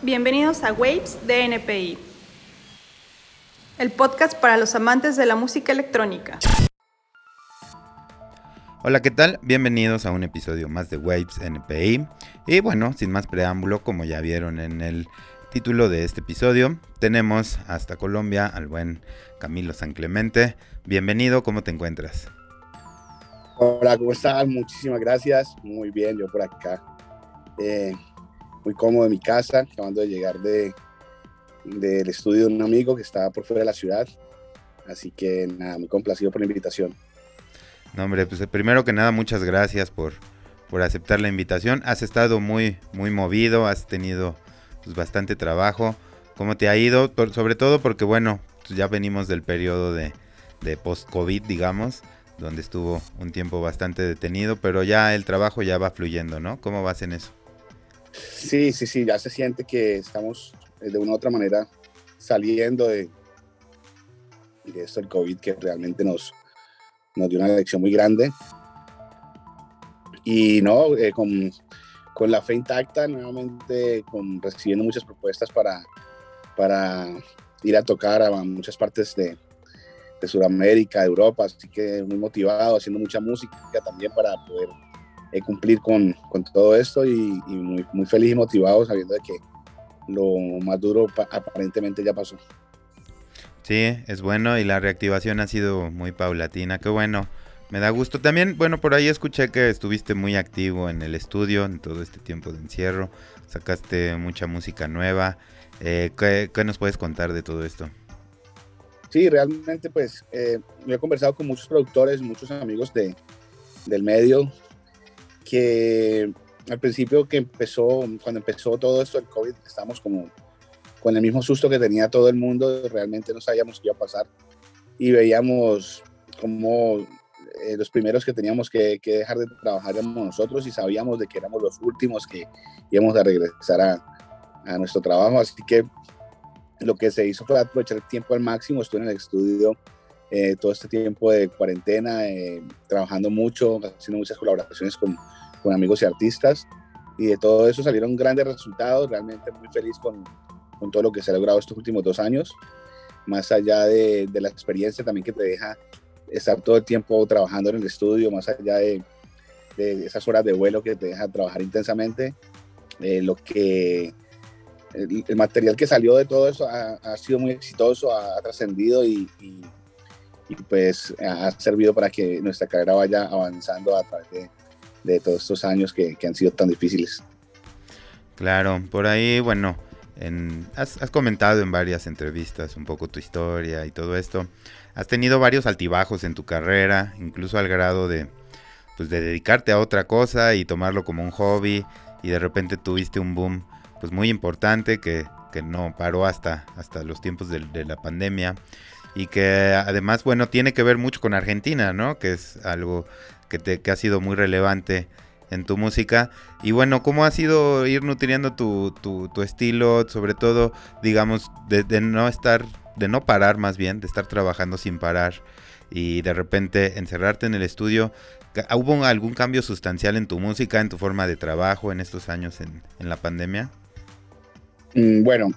Bienvenidos a Waves de NPI, el podcast para los amantes de la música electrónica. Hola, ¿qué tal? Bienvenidos a un episodio más de Waves NPI. Y bueno, sin más preámbulo, como ya vieron en el título de este episodio, tenemos hasta Colombia al buen Camilo San Clemente. Bienvenido, ¿cómo te encuentras? Hola, ¿cómo estás? Muchísimas gracias. Muy bien, yo por acá. Muy cómodo en mi casa, acabando de llegar del estudio de un amigo que estaba por fuera de la ciudad. Así que nada, muy complacido por la invitación. No, hombre, pues primero que nada, muchas gracias por aceptar la invitación. Has estado muy movido, has tenido pues bastante trabajo. ¿Cómo te ha ido? Sobre todo porque, bueno, pues ya venimos del periodo de post-COVID, digamos, donde estuvo un tiempo bastante detenido, pero ya el trabajo ya va fluyendo, ¿no? ¿Cómo vas en eso? Sí, ya se siente que estamos de una u otra manera saliendo de esto del COVID, que realmente nos dio una lección muy grande. Y no, con la fe intacta, nuevamente recibiendo muchas propuestas para ir a tocar a muchas partes de Sudamérica, de Europa, así que muy motivado, haciendo mucha música también para poder cumplir con todo esto y muy feliz y motivado sabiendo de que lo más duro aparentemente ya pasó. Sí, es bueno y la reactivación ha sido muy paulatina, qué bueno, me da gusto. También, bueno, por ahí escuché que estuviste muy activo en el estudio en todo este tiempo de encierro, sacaste mucha música nueva. ¿Qué nos puedes contar de todo esto? Sí, realmente pues yo he conversado con muchos productores, muchos amigos del medio, que al principio cuando empezó todo esto del COVID, estábamos como con el mismo susto que tenía todo el mundo, realmente no sabíamos qué iba a pasar y veíamos como los primeros que teníamos que dejar de trabajar éramos nosotros y sabíamos de que éramos los últimos que íbamos a regresar a nuestro trabajo, así que lo que se hizo fue aprovechar el tiempo al máximo. Estuve en el estudio todo este tiempo de cuarentena, trabajando mucho, haciendo muchas colaboraciones con amigos y artistas, y de todo eso salieron grandes resultados. Realmente muy feliz con todo lo que se ha logrado estos últimos 2 años, más allá de la experiencia también que te deja estar todo el tiempo trabajando en el estudio, más allá de esas horas de vuelo que te deja trabajar intensamente. El material que salió de todo eso ha sido muy exitoso, ha trascendido y pues ha servido para que nuestra carrera vaya avanzando a través de todos estos años que han sido tan difíciles. Claro, por ahí, bueno, has comentado en varias entrevistas un poco tu historia y todo esto. Has tenido varios altibajos en tu carrera, incluso al grado de dedicarte a otra cosa y tomarlo como un hobby, y de repente tuviste un boom pues muy importante que no paró hasta los tiempos de la pandemia, y que además, bueno, tiene que ver mucho con Argentina, ¿no? Que es algo que ha sido muy relevante en tu música. Y bueno, ¿cómo ha sido ir nutriendo tu estilo, sobre todo, digamos, de no parar, más bien, de estar trabajando sin parar y de repente encerrarte en el estudio? ¿Hubo algún cambio sustancial en tu música, en tu forma de trabajo en estos años en la pandemia? Bueno,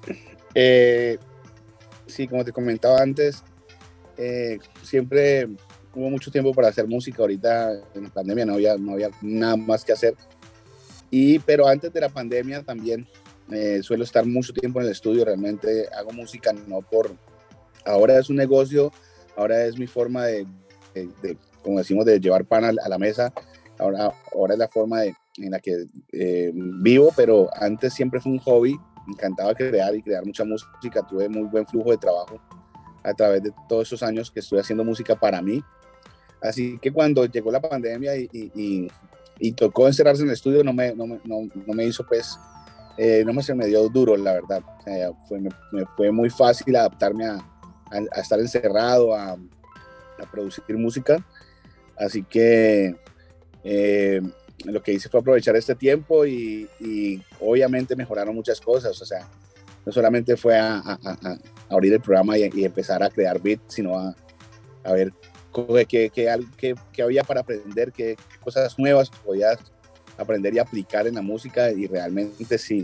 sí, como te comentaba antes, siempre hubo mucho tiempo para hacer música. Ahorita en la pandemia no había nada más que hacer. Pero antes de la pandemia también suelo estar mucho tiempo en el estudio. Realmente hago música no por... Ahora es un negocio, ahora es mi forma como decimos, de llevar pan a la mesa. Ahora es la forma en la que vivo, pero antes siempre fue un hobby. Me encantaba crear mucha música. Tuve muy buen flujo de trabajo a través de todos esos años que estuve haciendo música para mí. Así que cuando llegó la pandemia y tocó encerrarse en el estudio, no me hizo pues, se me dio duro, la verdad. Me fue muy fácil adaptarme a estar encerrado, a producir música. Así que lo que hice fue aprovechar este tiempo y obviamente mejoraron muchas cosas. O sea, no solamente fue a abrir el programa y empezar a crear beats, sino a ver qué había para aprender, qué cosas nuevas podías aprender y aplicar en la música. Y realmente sí,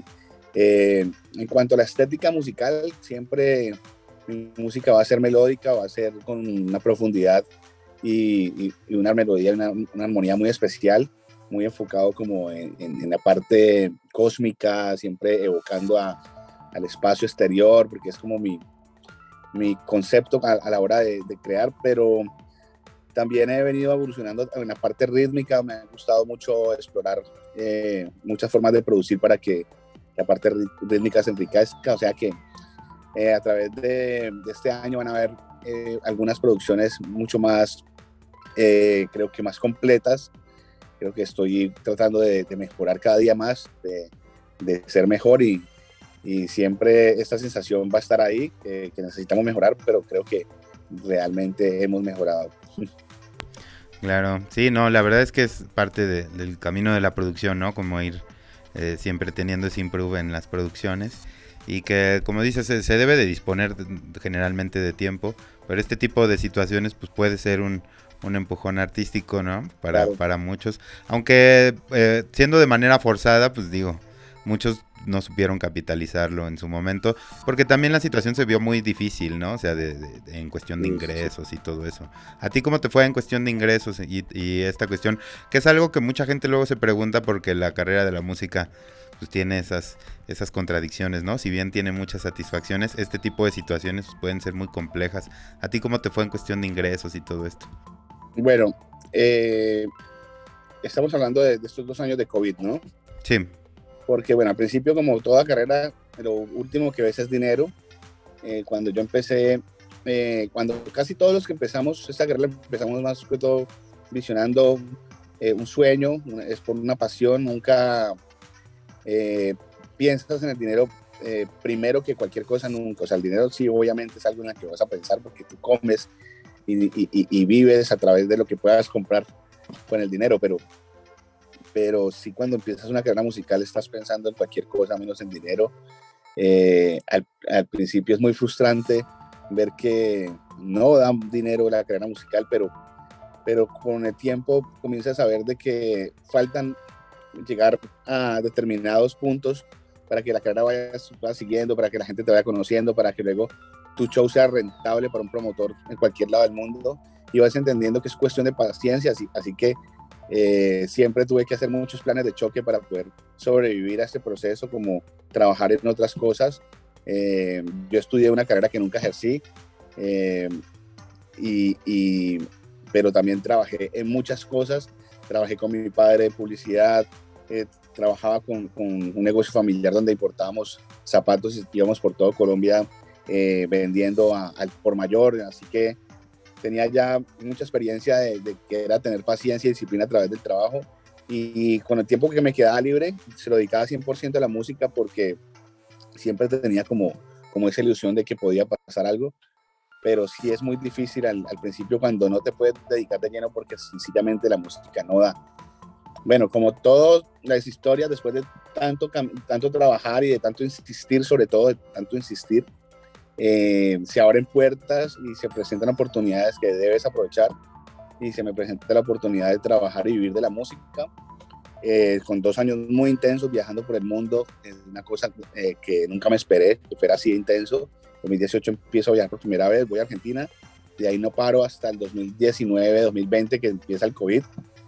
En cuanto a la estética musical, siempre mi música va a ser melódica, va a ser con una profundidad y una melodía, una armonía muy especial, muy enfocado como en la parte cósmica, siempre evocando al espacio exterior, porque es como mi concepto a la hora de crear, pero también he venido evolucionando en la parte rítmica. Me ha gustado mucho explorar muchas formas de producir para que la parte rítmica se enriquezca, o sea que a través de este año van a haber algunas producciones mucho más, creo que más completas. Creo que estoy tratando de mejorar cada día más, de ser mejor y siempre esta sensación va a estar ahí, que necesitamos mejorar, pero creo que realmente hemos mejorado. Claro, sí, no, la verdad es que es parte del camino de la producción, ¿no? Como ir siempre teniendo ese improve en las producciones y que, como dices, se debe de disponer generalmente de tiempo, pero este tipo de situaciones pues puede ser un empujón artístico, ¿no? Claro. Para muchos, aunque siendo de manera forzada, pues digo, muchos no supieron capitalizarlo en su momento, porque también la situación se vio muy difícil, ¿no? O sea, en cuestión de ingresos y todo eso. ¿A ti cómo te fue en cuestión de ingresos y esta cuestión? Que es algo que mucha gente luego se pregunta porque la carrera de la música pues tiene esas contradicciones, ¿no? Si bien tiene muchas satisfacciones, este tipo de situaciones pues, pueden ser muy complejas. ¿A ti cómo te fue en cuestión de ingresos y todo esto? Bueno, estamos hablando de estos 2 años de COVID, ¿no? Sí. Porque, bueno, al principio, como toda carrera, lo último que ves es dinero. Cuando yo empecé, cuando casi todos los que empezamos esta carrera, empezamos más que todo visionando un sueño, es por una pasión, nunca piensas en el dinero primero que cualquier cosa, nunca. O sea, el dinero sí, obviamente es algo en el que vas a pensar porque tú comes y vives a través de lo que puedas comprar con el dinero, pero sí cuando empiezas una carrera musical estás pensando en cualquier cosa menos en dinero. Al principio es muy frustrante ver que no dan dinero la carrera musical, pero con el tiempo comienzas a ver de que faltan llegar a determinados puntos para que la carrera vaya siguiendo, para que la gente te vaya conociendo, para que luego tu show sea rentable para un promotor en cualquier lado del mundo, y vas entendiendo que es cuestión de paciencia, así que siempre tuve que hacer muchos planes de choque para poder sobrevivir a este proceso, como trabajar en otras cosas. Yo estudié una carrera que nunca ejercí, eh, pero también trabajé en muchas cosas. Trabajé con mi padre en publicidad, trabajaba con un negocio familiar donde importábamos zapatos y íbamos por todo Colombia vendiendo al por mayor, así que tenía ya mucha experiencia de que era tener paciencia y disciplina a través del trabajo, y con el tiempo que me quedaba libre se lo dedicaba 100% a la música porque siempre tenía como esa ilusión de que podía pasar algo, pero sí es muy difícil al principio cuando no te puedes dedicar de lleno porque sencillamente la música no da. Bueno, como todas las historias, después de tanto trabajar y de tanto insistir, sobre todo de tanto insistir, se abren puertas y se presentan oportunidades que debes aprovechar, y se me presenta la oportunidad de trabajar y vivir de la música, con 2 años muy intensos viajando por el mundo. Es una cosa que nunca me esperé que fuera así de intenso. En 2018 empiezo a viajar por primera vez, voy a Argentina, de ahí no paro hasta el 2019, 2020 que empieza el COVID,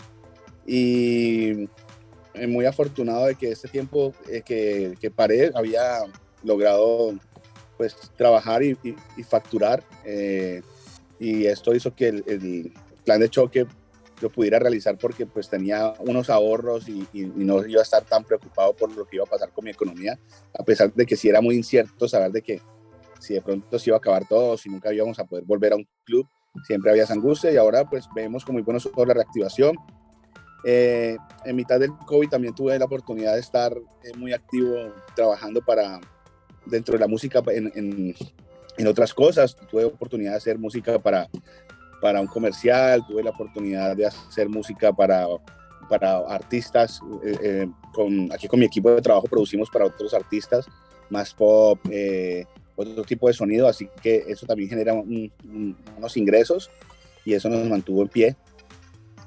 y muy afortunado de que este tiempo que paré había logrado pues trabajar y facturar, y esto hizo que el plan de choque lo pudiera realizar porque pues tenía unos ahorros y no iba a estar tan preocupado por lo que iba a pasar con mi economía, a pesar de que sí era muy incierto saber de que si de pronto se iba a acabar todo, si nunca íbamos a poder volver a un club, siempre había esa angustia, y ahora pues vemos con muy buenos ojos la reactivación. En mitad del COVID también tuve la oportunidad de estar muy activo trabajando dentro de la música en otras cosas. Tuve oportunidad de hacer música para un comercial, tuve la oportunidad de hacer música para artistas. Aquí con mi equipo de trabajo producimos para otros artistas, más pop, otro tipo de sonido, así que eso también genera unos ingresos y eso nos mantuvo en pie.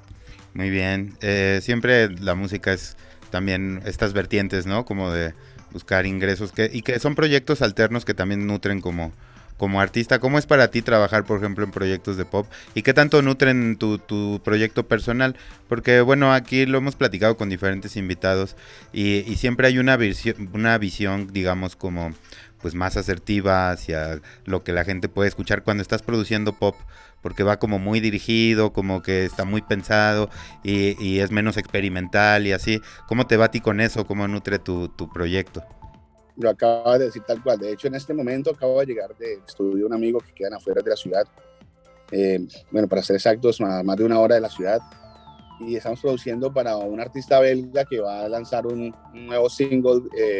Muy bien. Siempre la música es también estas vertientes, ¿no? Como de buscar ingresos y que son proyectos alternos que también nutren como artista. ¿Cómo es para ti trabajar, por ejemplo, en proyectos de pop? ¿Y qué tanto nutren tu proyecto personal? Porque, bueno, aquí lo hemos platicado con diferentes invitados y siempre hay una visión, digamos, como pues más asertiva hacia lo que la gente puede escuchar cuando estás produciendo pop, porque va como muy dirigido, como que está muy pensado y es menos experimental y así. ¿Cómo te va a ti con eso? ¿Cómo nutre tu proyecto? Lo acabas de decir tal cual. De hecho, en este momento acabo de llegar del estudio de un amigo que quedan afuera de la ciudad. Bueno, para ser exactos, más de una hora de la ciudad. Y estamos produciendo para un artista belga que va a lanzar un nuevo single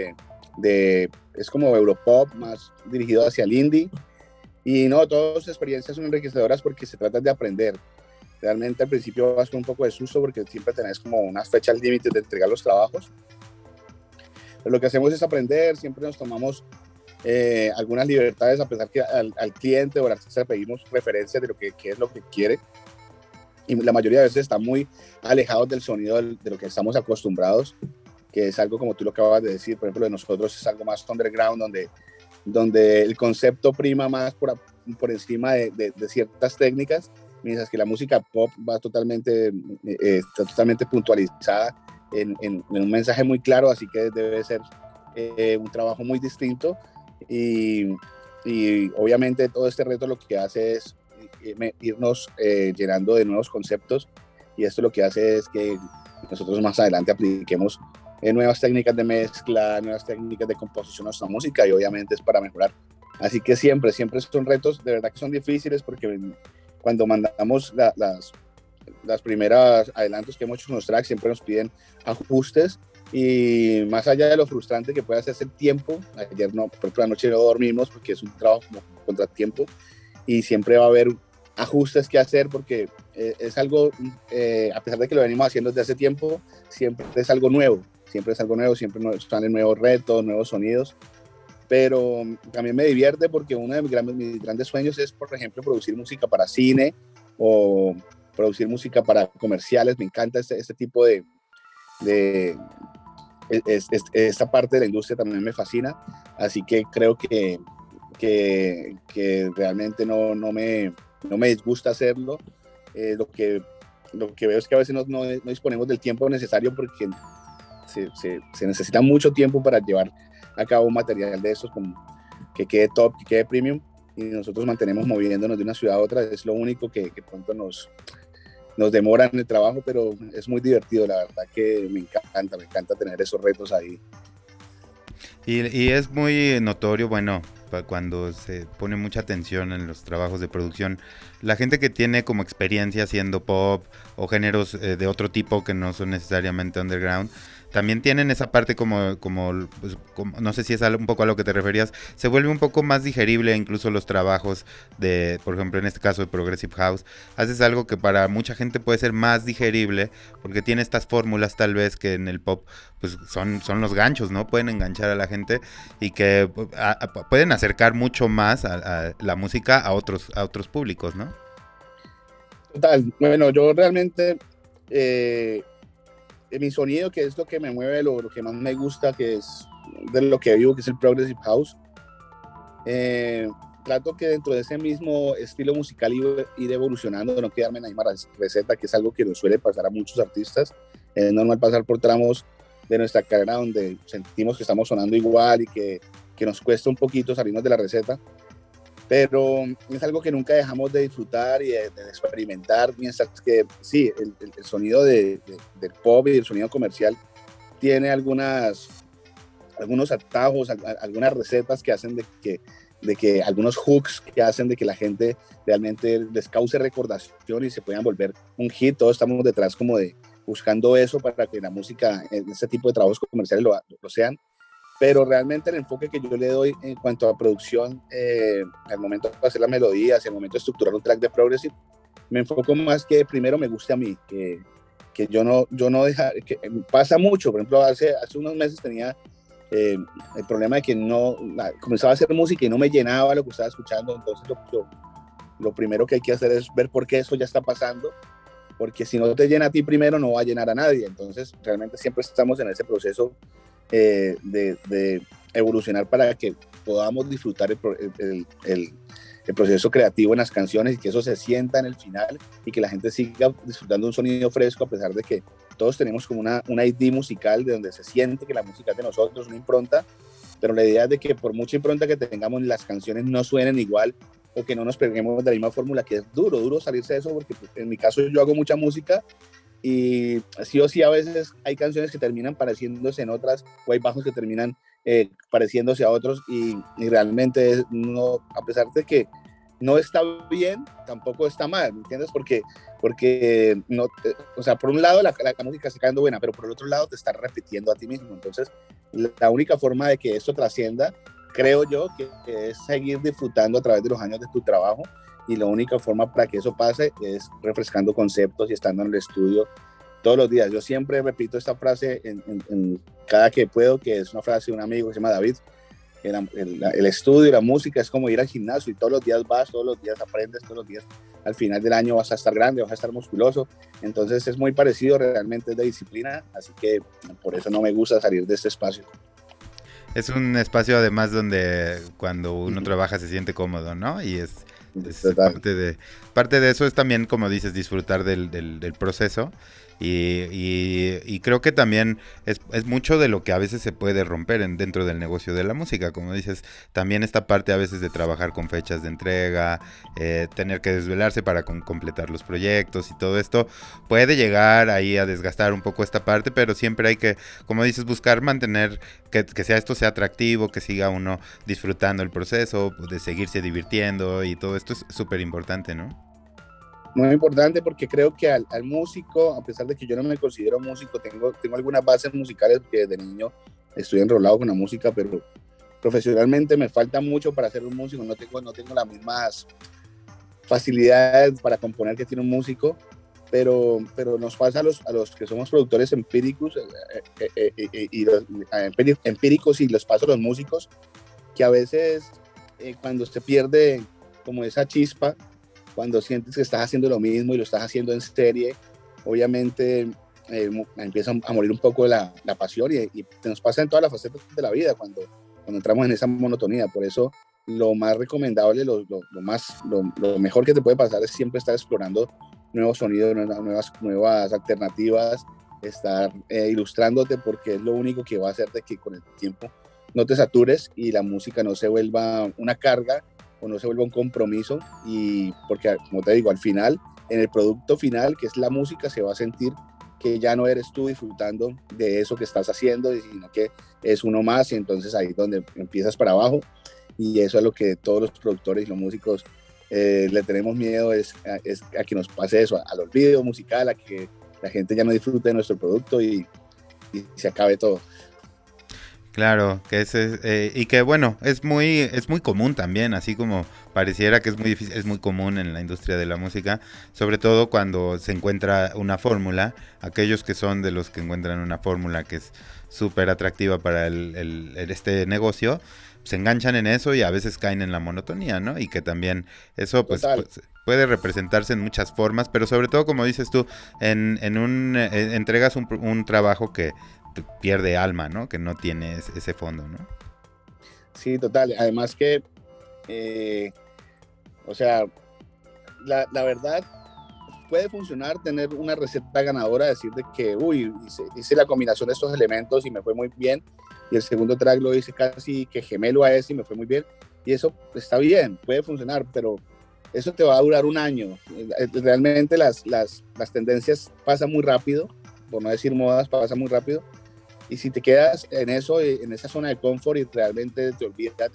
es como Europop, más dirigido hacia el indie. Y no, todas las experiencias son enriquecedoras porque se trata de aprender. Realmente al principio vas con un poco de susto porque siempre tenés como unas fechas límites de entregar los trabajos. Pero lo que hacemos es aprender, siempre nos tomamos algunas libertades, a pesar que al cliente o al artista le pedimos referencias de qué es lo que quiere. Y la mayoría de veces está muy alejados del sonido de lo que estamos acostumbrados, que es algo como tú lo acabas de decir. Por ejemplo, de nosotros es algo más underground, donde el concepto prima más por encima de ciertas técnicas, mientras que la música pop va está totalmente puntualizada en un mensaje muy claro, así que debe ser un trabajo muy distinto y obviamente todo este reto lo que hace es irnos llenando de nuevos conceptos, y esto lo que hace es que nosotros más adelante apliquemos nuevas técnicas de mezcla, nuevas técnicas de composición a nuestra música, y obviamente es para mejorar. Así que siempre son retos, de verdad que son difíciles, porque cuando mandamos las primeras adelantos que hemos hecho con los tracks, siempre nos piden ajustes, y más allá de lo frustrante que puede hacerse el tiempo, ayer no, por ejemplo, anoche no dormimos porque es un trabajo como contratiempo, y siempre va a haber ajustes que hacer porque es algo, a pesar de que lo venimos haciendo desde hace tiempo, siempre es algo nuevo, siempre salen nuevos retos, nuevos sonidos, pero también me divierte porque uno de mis grandes sueños es, por ejemplo, producir música para cine o producir música para comerciales. Me encanta este tipo esta parte de la industria también me fascina, así que creo que realmente no me disgusta hacerlo. Lo que veo es que a veces no disponemos del tiempo necesario, porque se necesita mucho tiempo para llevar a cabo un material de estos que quede top, que quede premium, y nosotros mantenemos moviéndonos de una ciudad a otra. Es lo único que pronto nos demora en el trabajo, pero es muy divertido. La verdad que me encanta tener esos retos ahí. Y es muy notorio, bueno, cuando se pone mucha atención en los trabajos de producción, la gente que tiene como experiencia haciendo pop o géneros de otro tipo que no son necesariamente underground, también tienen esa parte como no sé si es un poco a lo que te referías, se vuelve un poco más digerible incluso los trabajos de, por ejemplo, en este caso de Progressive House, haces algo que para mucha gente puede ser más digerible, porque tiene estas fórmulas tal vez que en el pop pues son los ganchos, ¿no? Pueden enganchar a la gente y que pueden acercar mucho más a la música a otros públicos, ¿no? Total, bueno, yo realmente mi sonido, que es lo que me mueve, lo que más me gusta, que es de lo que vivo, que es el Progressive House, trato que dentro de ese mismo estilo musical ir evolucionando, no quedarme en la misma receta, que es algo que nos suele pasar a muchos artistas. Es normal pasar por tramos de nuestra carrera donde sentimos que estamos sonando igual y que nos cuesta un poquito salirnos de la receta, pero es algo que nunca dejamos de disfrutar y de experimentar, mientras que sí, el sonido del pop y el sonido comercial tiene algunos atajos, algunas recetas que hacen de que algunos hooks que hacen de que la gente realmente les cause recordación y se puedan volver un hit. Todos estamos detrás como de buscando eso para que la música en este tipo de trabajos comerciales lo sean. Pero realmente el enfoque que yo le doy en cuanto a producción, al momento de hacer las melodías y al momento de estructurar un track de Progressive, me enfoco más que primero me guste a mí, que yo no deja, que pasa mucho. Por ejemplo, hace unos meses tenía el problema de que comenzaba a hacer música y no me llenaba lo que estaba escuchando. Entonces lo primero que hay que hacer es ver por qué eso ya está pasando, porque si no te llena a ti primero, no va a llenar a nadie. Entonces realmente siempre estamos en ese proceso de evolucionar para que podamos disfrutar el proceso creativo en las canciones y que eso se sienta en el final y que la gente siga disfrutando un sonido fresco a pesar de que todos tenemos como una ID musical de donde se siente que la música es de nosotros, una impronta, pero la idea es de que por mucha impronta que tengamos las canciones no suenen igual o que no nos peguemos de la misma fórmula, que es duro salirse de eso, porque en mi caso yo hago mucha música y sí o sí a veces hay canciones que terminan pareciéndose en otras o hay bajos que terminan pareciéndose a otros y realmente no, a pesar de que no está bien, tampoco está mal, ¿me entiendes? Porque no, o sea, por un lado la música está quedando buena, pero por el otro lado te estás repitiendo a ti mismo. Entonces, la única forma de que esto trascienda, creo yo, que es seguir disfrutando a través de los años de tu trabajo y la única forma para que eso pase es refrescando conceptos y estando en el estudio todos los días. Yo siempre repito esta frase en cada que puedo, que es una frase de un amigo que se llama David. El estudio y la música es como ir al gimnasio y todos los días vas, todos los días aprendes, todos los días al final del año vas a estar grande, vas a estar musculoso. Entonces es muy parecido, realmente es de disciplina, así que por eso no me gusta salir de este espacio. Es un espacio además donde cuando uno trabaja se siente cómodo, ¿no? Y es parte de eso es también, como dices, disfrutar del proceso. Y creo que también es mucho de lo que a veces se puede romper dentro del negocio de la música. Como dices, también esta parte a veces de trabajar con fechas de entrega, tener que desvelarse para completar los proyectos y todo esto puede llegar ahí a desgastar un poco esta parte, pero siempre hay que, como dices, buscar mantener que esto sea atractivo, que siga uno disfrutando el proceso, de seguirse divirtiendo, y todo esto es súper importante, ¿no? Muy importante, porque creo que al músico, a pesar de que yo no me considero músico, tengo algunas bases musicales porque desde niño estoy enrolado con la música, pero profesionalmente me falta mucho para ser un músico, no tengo las mismas facilidades para componer que tiene un músico, pero nos pasa a los que somos productores empíricos, empíricos, y los paso a los músicos, que a veces cuando se pierde como esa chispa, cuando sientes que estás haciendo lo mismo y lo estás haciendo en serie, obviamente empieza a morir un poco la pasión y nos pasa en todas las facetas de la vida cuando entramos en esa monotonía. Por eso lo más recomendable, lo mejor que te puede pasar es siempre estar explorando nuevos sonidos, nuevas alternativas, estar ilustrándote, porque es lo único que va a hacer de que con el tiempo no te satures y la música no se vuelva una carga o no se vuelva un compromiso, y porque, como te digo, al final, en el producto final, que es la música, se va a sentir que ya no eres tú disfrutando de eso que estás haciendo, sino que es uno más, y entonces ahí es donde empiezas para abajo, y eso es lo que todos los productores y los músicos le tenemos miedo, es a que nos pase eso, al olvido musical, a que la gente ya no disfrute de nuestro producto y se acabe todo. Claro, que y que bueno, es muy común también, así como pareciera que es muy difícil, es muy común en la industria de la música, sobre todo cuando se encuentra una fórmula. Aquellos que son de los que encuentran una fórmula que es súper atractiva para este negocio, se enganchan en eso y a veces caen en la monotonía, ¿no? Y que también eso pues puede representarse en muchas formas, pero sobre todo, como dices tú, entregas un trabajo que pierde alma, ¿no? Que no tiene ese fondo, ¿no? Sí, total. Además que, o sea, la verdad, puede funcionar tener una receta ganadora, decir de que, uy, hice la combinación de estos elementos y me fue muy bien, y el segundo track lo hice casi que gemelo a ese y me fue muy bien, y eso está bien, puede funcionar, pero eso te va a durar un año. Realmente las tendencias pasan muy rápido, por no decir modas, pasan muy rápido, y si te quedas en eso, en esa zona de confort, y realmente te olvidas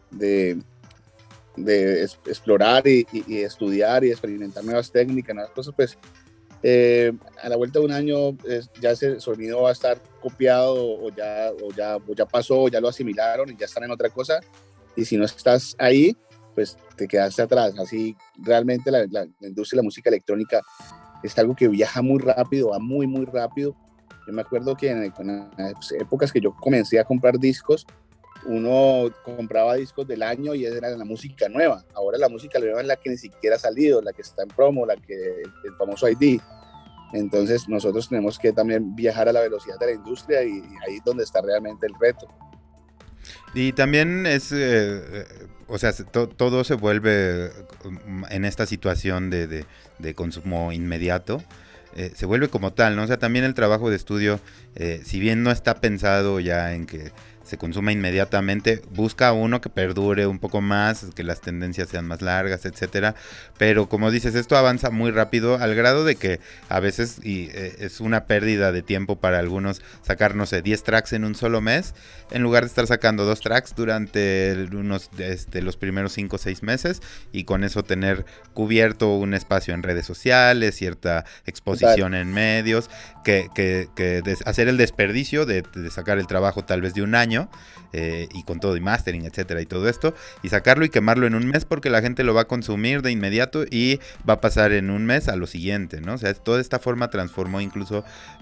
de explorar y estudiar y experimentar nuevas técnicas, nuevas cosas, pues a la vuelta de un año ya ese sonido va a estar copiado o ya pasó, o ya lo asimilaron y ya están en otra cosa, y si no estás ahí, pues te quedaste atrás. Así realmente la industria de la música electrónica es algo que viaja muy rápido, va muy, muy rápido. Yo me acuerdo que en las épocas que yo comencé a comprar discos, uno compraba discos del año y era la música nueva. Ahora la música nueva es la que ni siquiera ha salido, la que está en promo, el famoso ID. Entonces nosotros tenemos que también viajar a la velocidad de la industria y ahí es donde está realmente el reto. Y también es, o sea, todo se vuelve en esta situación de consumo inmediato, se vuelve como tal, ¿no? O sea, también el trabajo de estudio, si bien no está pensado ya en que se consuma inmediatamente, busca uno que perdure un poco más, que las tendencias sean más largas, etcétera. Pero como dices, esto avanza muy rápido al grado de que a veces es una pérdida de tiempo para algunos sacar, no sé, 10 tracks en un solo mes, en lugar de estar sacando 2 tracks durante los primeros 5 o 6 meses y con eso tener cubierto un espacio en redes sociales, cierta exposición en medios, hacer el desperdicio de sacar el trabajo tal vez de un año, y con todo y mastering, etcétera, y todo esto, y sacarlo y quemarlo en un mes porque la gente lo va a consumir de inmediato y va a pasar en un mes a lo siguiente, ¿no? O sea, toda esta forma transformó incluso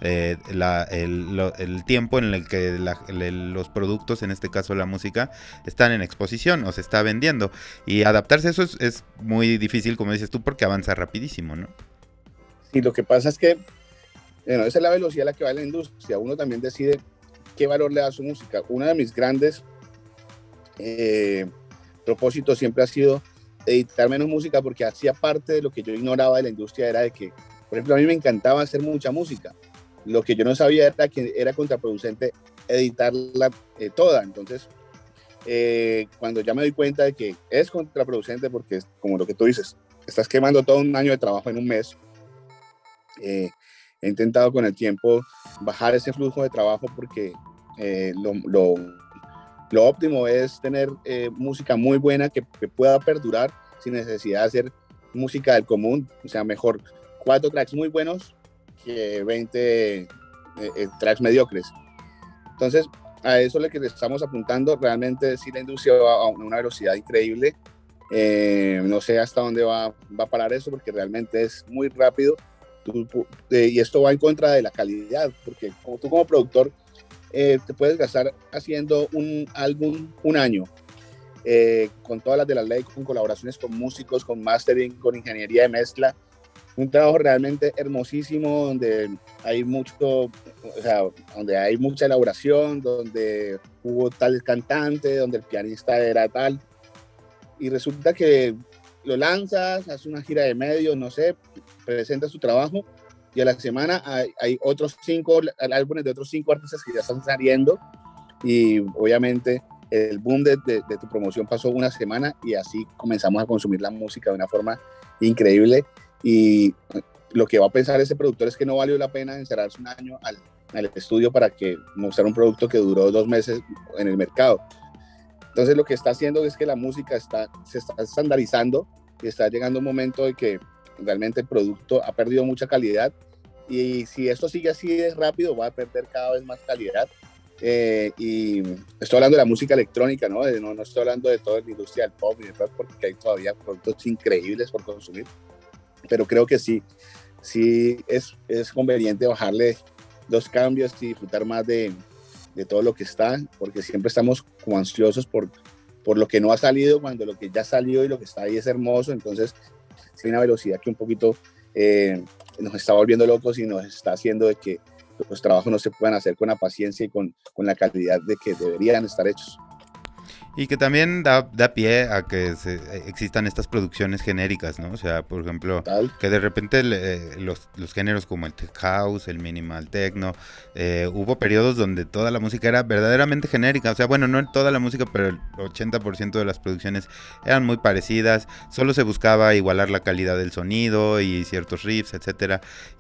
el tiempo en el que los productos, en este caso la música, están en exposición o se está vendiendo, y adaptarse a eso es muy difícil, como dices tú, porque avanza rapidísimo, ¿no? Sí, lo que pasa es que, bueno, esa es la velocidad a la que va la industria. Uno también decide qué valor le da a su música. Uno de mis grandes propósitos siempre ha sido editar menos música, porque hacía parte de lo que yo ignoraba de la industria, era de que, por ejemplo, a mí me encantaba hacer mucha música. Lo que yo no sabía era que era contraproducente editarla toda. Entonces, cuando ya me doy cuenta de que es contraproducente, porque es como lo que tú dices, estás quemando todo un año de trabajo en un mes, he intentado con el tiempo bajar ese flujo de trabajo, porque lo óptimo es tener música muy buena que pueda perdurar sin necesidad de hacer música del común. O sea, mejor 4 tracks muy buenos que 20 tracks mediocres. Entonces, a eso es lo que le estamos apuntando. Realmente sí, la industria va a una velocidad increíble. No sé hasta dónde va a parar eso, porque realmente es muy rápido. Y esto va en contra de la calidad, porque tú como productor te puedes gastar haciendo un álbum un año, con todas las de la ley, con colaboraciones con músicos, con mastering, con ingeniería de mezcla. Un trabajo realmente hermosísimo, donde hay mucho, o sea, donde hay mucha elaboración, donde hubo tal cantante, donde el pianista era tal, y resulta que lo lanzas, haces una gira de medios, no sé, presentas tu trabajo, y a la semana hay otros 5 álbumes de otros 5 artistas que ya están saliendo, y obviamente el boom de tu promoción pasó una semana, y así comenzamos a consumir la música de una forma increíble. Y lo que va a pensar ese productor es que no valió la pena encerrarse un año al estudio para que mostrar un producto que duró 2 meses en el mercado. Entonces lo que está haciendo es que la música se está estandarizando, y está llegando un momento de que realmente el producto ha perdido mucha calidad, y si esto sigue así de rápido va a perder cada vez más calidad. Y estoy hablando de la música electrónica, ¿no? No estoy hablando de toda la industria del pop y del rock, porque hay todavía productos increíbles por consumir, pero creo que sí es conveniente bajarle los cambios y disfrutar más de todo lo que está, porque siempre estamos como ansiosos por lo que no ha salido, cuando lo que ya salió y lo que está ahí es hermoso. Entonces, sí hay una velocidad que un poquito nos está volviendo locos, y nos está haciendo de que los trabajos no se puedan hacer con la paciencia y con la calidad de que deberían estar hechos. Y que también da pie a que existan estas producciones genéricas, ¿no? O sea, por ejemplo, Total. que de repente los géneros como el tech house, el minimal techno, hubo periodos donde toda la música era verdaderamente genérica. O sea, bueno, no toda la música, pero el 80% de las producciones eran muy parecidas. Solo se buscaba igualar la calidad del sonido y ciertos riffs, etcétera.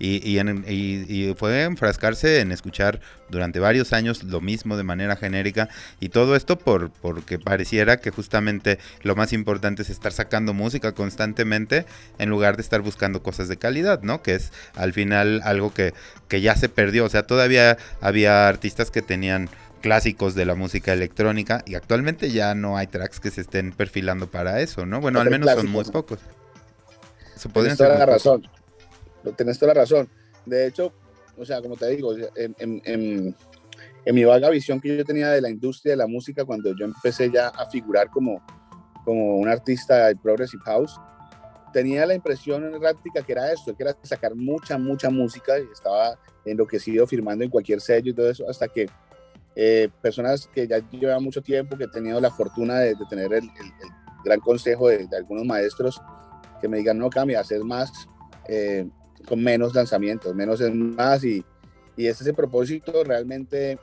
Y fue enfrascarse en escuchar durante varios años lo mismo de manera genérica. Y todo esto porque pareciera que justamente lo más importante es estar sacando música constantemente en lugar de estar buscando cosas de calidad, ¿no? Que es al final algo que ya se perdió. O sea, todavía había artistas que tenían clásicos de la música electrónica y actualmente ya no hay tracks que se estén perfilando para eso, ¿no? Bueno, al menos son muy pocos. Se podrían ser muy pocos. Tienes toda la razón. De hecho, o sea, como te digo, en mi vaga visión que yo tenía de la industria de la música, cuando yo empecé ya a figurar como un artista de Progressive House, tenía la impresión errática que era esto, que era sacar mucha música, y estaba enloquecido firmando en cualquier sello y todo eso, hasta que personas que ya llevan mucho tiempo, que he tenido la fortuna de tener el gran consejo de algunos maestros, que me digan, no, Cami, hacer más con menos lanzamientos, menos es más, y ese es el propósito. Realmente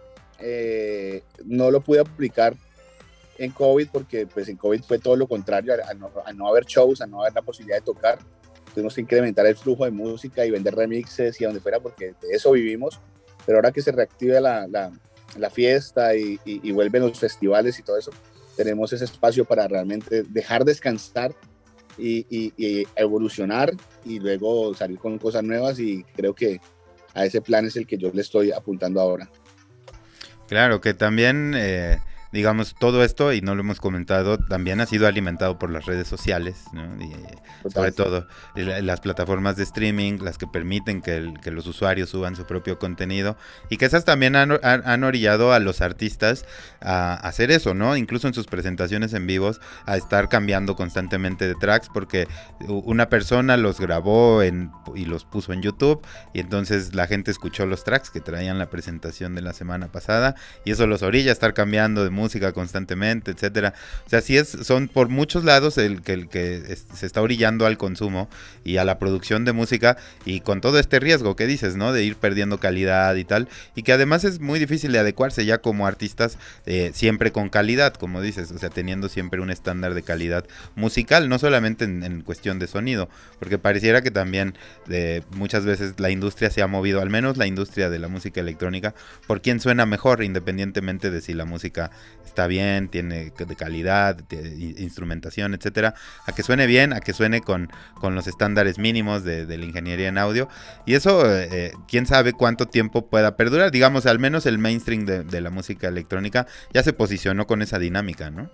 no lo pude aplicar en COVID, porque pues en COVID fue todo lo contrario, al no haber shows, a no haber la posibilidad de tocar, tuvimos que incrementar el flujo de música y vender remixes y a donde fuera, porque de eso vivimos. Pero ahora que se reactive la fiesta y vuelven los festivales y todo eso, tenemos ese espacio para realmente dejar descansar y evolucionar, y luego salir con cosas nuevas, y creo que a ese plan es el que yo le estoy apuntando ahora. Claro, que también, digamos, todo esto, y no lo hemos comentado, también ha sido alimentado por las redes sociales, ¿no? Y, sobre todo las plataformas de streaming, las que permiten que los usuarios suban su propio contenido, y que esas también han orillado a los artistas a hacer eso, ¿no? Incluso en sus presentaciones en vivos, a estar cambiando constantemente de tracks, porque una persona los grabó y los puso en YouTube, y entonces la gente escuchó los tracks que traían la presentación de la semana pasada, y eso los orilla a estar cambiando de música constantemente, etcétera. O sea, sí son por muchos lados el que se está orillando al consumo y a la producción de música, y con todo este riesgo que dices, ¿no? De ir perdiendo calidad y tal, y que además es muy difícil de adecuarse ya como artistas siempre con calidad, como dices, o sea, teniendo siempre un estándar de calidad musical, no solamente en cuestión de sonido, porque pareciera que también muchas veces la industria se ha movido, al menos la industria de la música electrónica, por quién suena mejor, independientemente de si la música está bien, tiene de calidad, instrumentación, etcétera, a que suene bien, a que suene con los estándares mínimos de la ingeniería en audio, y eso quién sabe cuánto tiempo pueda perdurar. Digamos, al menos el mainstream de la música electrónica ya se posicionó con esa dinámica, ¿no?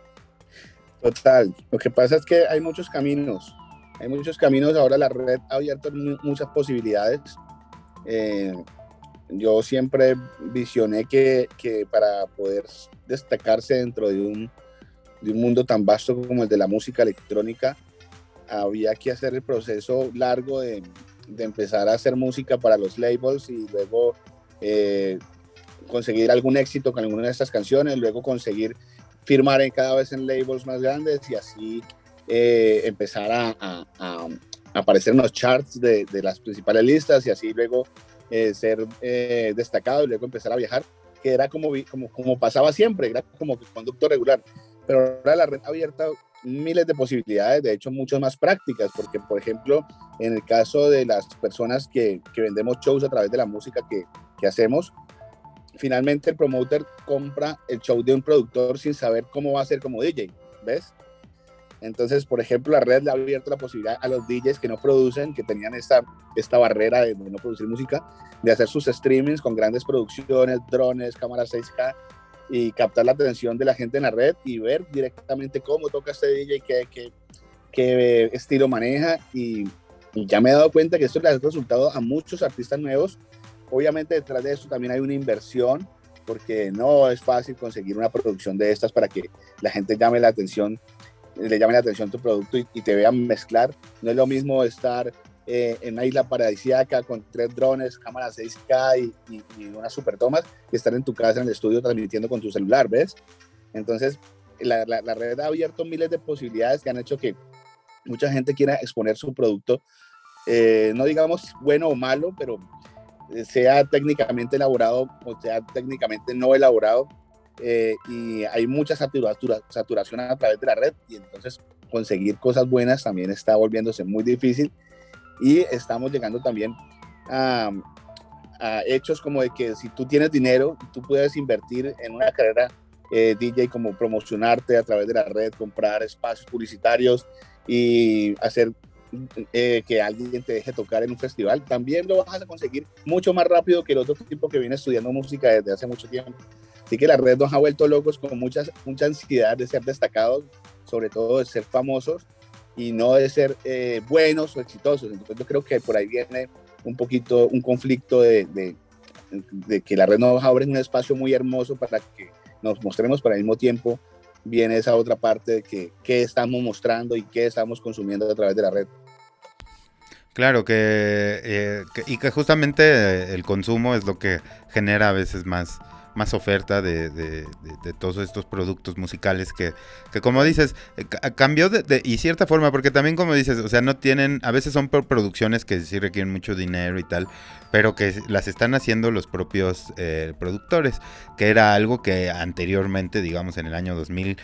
Total, lo que pasa es que hay muchos caminos, ahora la red ha abierto muchas posibilidades. Yo siempre visioné que para poder destacarse dentro de un mundo tan vasto como el de la música electrónica, había que hacer el proceso largo de empezar a hacer música para los labels, y luego conseguir algún éxito con alguna de estas canciones, luego conseguir firmar cada vez en labels más grandes, y así empezar a aparecer en los charts de las principales listas, y así luego ser destacado, y luego empezar a viajar, que era como pasaba siempre, era como conducto regular. Pero ahora la red ha abierto miles de posibilidades, de hecho muchas más prácticas, porque por ejemplo en el caso de las personas que vendemos shows a través de la música que hacemos, finalmente el promoter compra el show de un productor sin saber cómo va a ser como DJ, ¿ves? Entonces, por ejemplo, la red le ha abierto la posibilidad a los DJs que no producen, que tenían esta barrera de no producir música, de hacer sus streamings con grandes producciones, drones, cámaras 6K, y captar la atención de la gente en la red y ver directamente cómo toca este DJ, qué estilo maneja, y ya me he dado cuenta que esto le ha resultado a muchos artistas nuevos. Obviamente detrás de esto también hay una inversión, porque no es fácil conseguir una producción de estas para que la gente le llame la atención tu producto y te vean mezclar. No es lo mismo estar en una isla paradisíaca con 3 drones, cámaras 6K y unas super tomas, que estar en tu casa en el estudio transmitiendo con tu celular, ¿ves? Entonces la red ha abierto miles de posibilidades que han hecho que mucha gente quiera exponer su producto, no digamos bueno o malo, pero sea técnicamente elaborado o sea técnicamente no elaborado, y hay mucha saturación a través de la red, y entonces conseguir cosas buenas también está volviéndose muy difícil, y estamos llegando también a hechos como de que si tú tienes dinero, tú puedes invertir en una carrera DJ, como promocionarte a través de la red, comprar espacios publicitarios y hacer que alguien te deje tocar en un festival. También lo vas a conseguir mucho más rápido que el otro tipo que viene estudiando música desde hace mucho tiempo. Así que la red nos ha vuelto locos con mucha ansiedad de ser destacados, sobre todo de ser famosos y no de ser buenos o exitosos. Entonces yo creo que por ahí viene un poquito un conflicto de que la red nos abre un espacio muy hermoso para que nos mostremos, pero al mismo tiempo viene esa otra parte de qué estamos mostrando y qué estamos consumiendo a través de la red. Claro, y que justamente el consumo es lo que genera a veces más oferta de todos estos productos musicales que como dices, cambió y cierta forma, porque también como dices, o sea, no tienen, a veces son producciones que sí requieren mucho dinero y tal, pero que las están haciendo los propios productores, que era algo que anteriormente, digamos en el año 2000,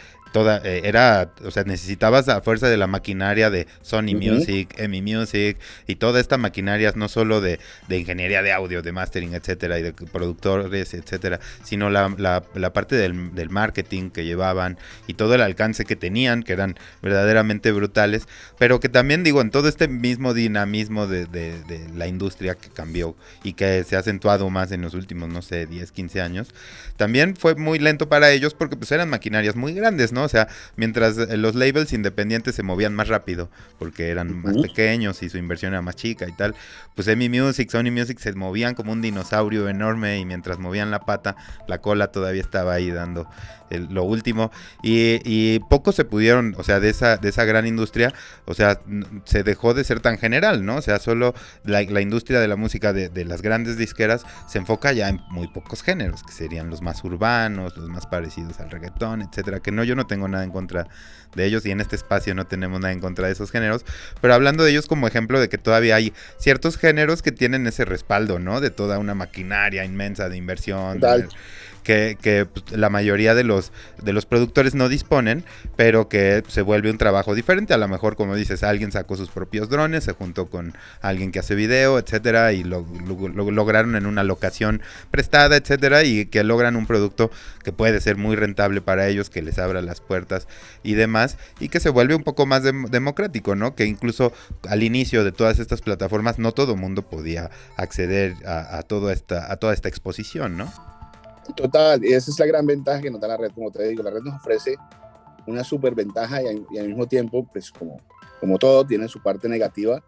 o sea, necesitabas a fuerza de la maquinaria de Sony Music, EMI Music y toda esta maquinaria, no solo de ingeniería de audio, de mastering, etcétera, y de productores, etcétera, sino la parte del marketing que llevaban y todo el alcance que tenían, que eran verdaderamente brutales, pero que también, digo, en todo este mismo dinamismo de la industria que cambió y que se ha acentuado más en los últimos, no sé, 10, 15 años, también fue muy lento para ellos porque pues eran maquinarias muy grandes, ¿no? O sea, mientras los labels independientes se movían más rápido porque eran más pequeños y su inversión era más chica y tal, pues EMI Music, Sony Music se movían como un dinosaurio enorme y mientras movían la pata, la cola todavía estaba ahí dando lo último y pocos se pudieron, o sea, de esa gran industria, o sea, se dejó de ser tan general, ¿no? O sea, solo la industria de la música de las grandes disqueras se enfoca ya en muy pocos géneros, que serían los más urbanos, los más parecidos al reggaetón, etcétera, que no, yo no tengo nada en contra de ellos y en este espacio no tenemos nada en contra de esos géneros, pero hablando de ellos como ejemplo de que todavía hay ciertos géneros que tienen ese respaldo, ¿no? De toda una maquinaria inmensa de inversión, que pues, la mayoría de los productores no disponen, pero que se vuelve un trabajo diferente. A lo mejor, como dices, alguien sacó sus propios drones, se juntó con alguien que hace video, etcétera, y lo lograron en una locación prestada, etcétera, y que logran un producto que puede ser muy rentable para ellos, que les abra las puertas y demás, y que se vuelve un poco más democrático, ¿no? Que incluso al inicio de todas estas plataformas no todo mundo podía acceder a toda esta exposición, ¿no? Total, y esa es la gran ventaja que nos da la red, como te digo, la red nos ofrece una súper ventaja y al mismo tiempo, pues como todo, tiene su parte negativa,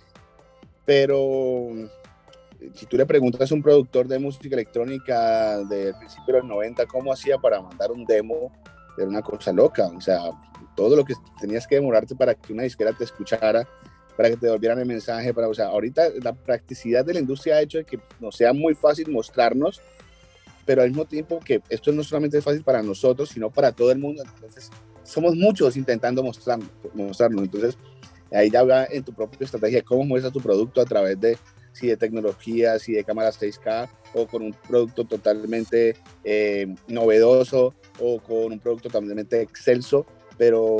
pero si tú le preguntas a un productor de música electrónica del principio de los 90 cómo hacía para mandar un demo, era una cosa loca, o sea, todo lo que tenías que demorarte para que una disquera te escuchara, para que te devolvieran el mensaje, o sea, ahorita la practicidad de la industria ha hecho que nos sea muy fácil mostrarnos, pero al mismo tiempo que esto no solamente es fácil para nosotros, sino para todo el mundo. Entonces, somos muchos intentando mostrarnos. Entonces, ahí ya va en tu propia estrategia, cómo muestras tu producto a través de, si de tecnología, si de cámaras 6K, o con un producto totalmente novedoso, o con un producto totalmente excelso, pero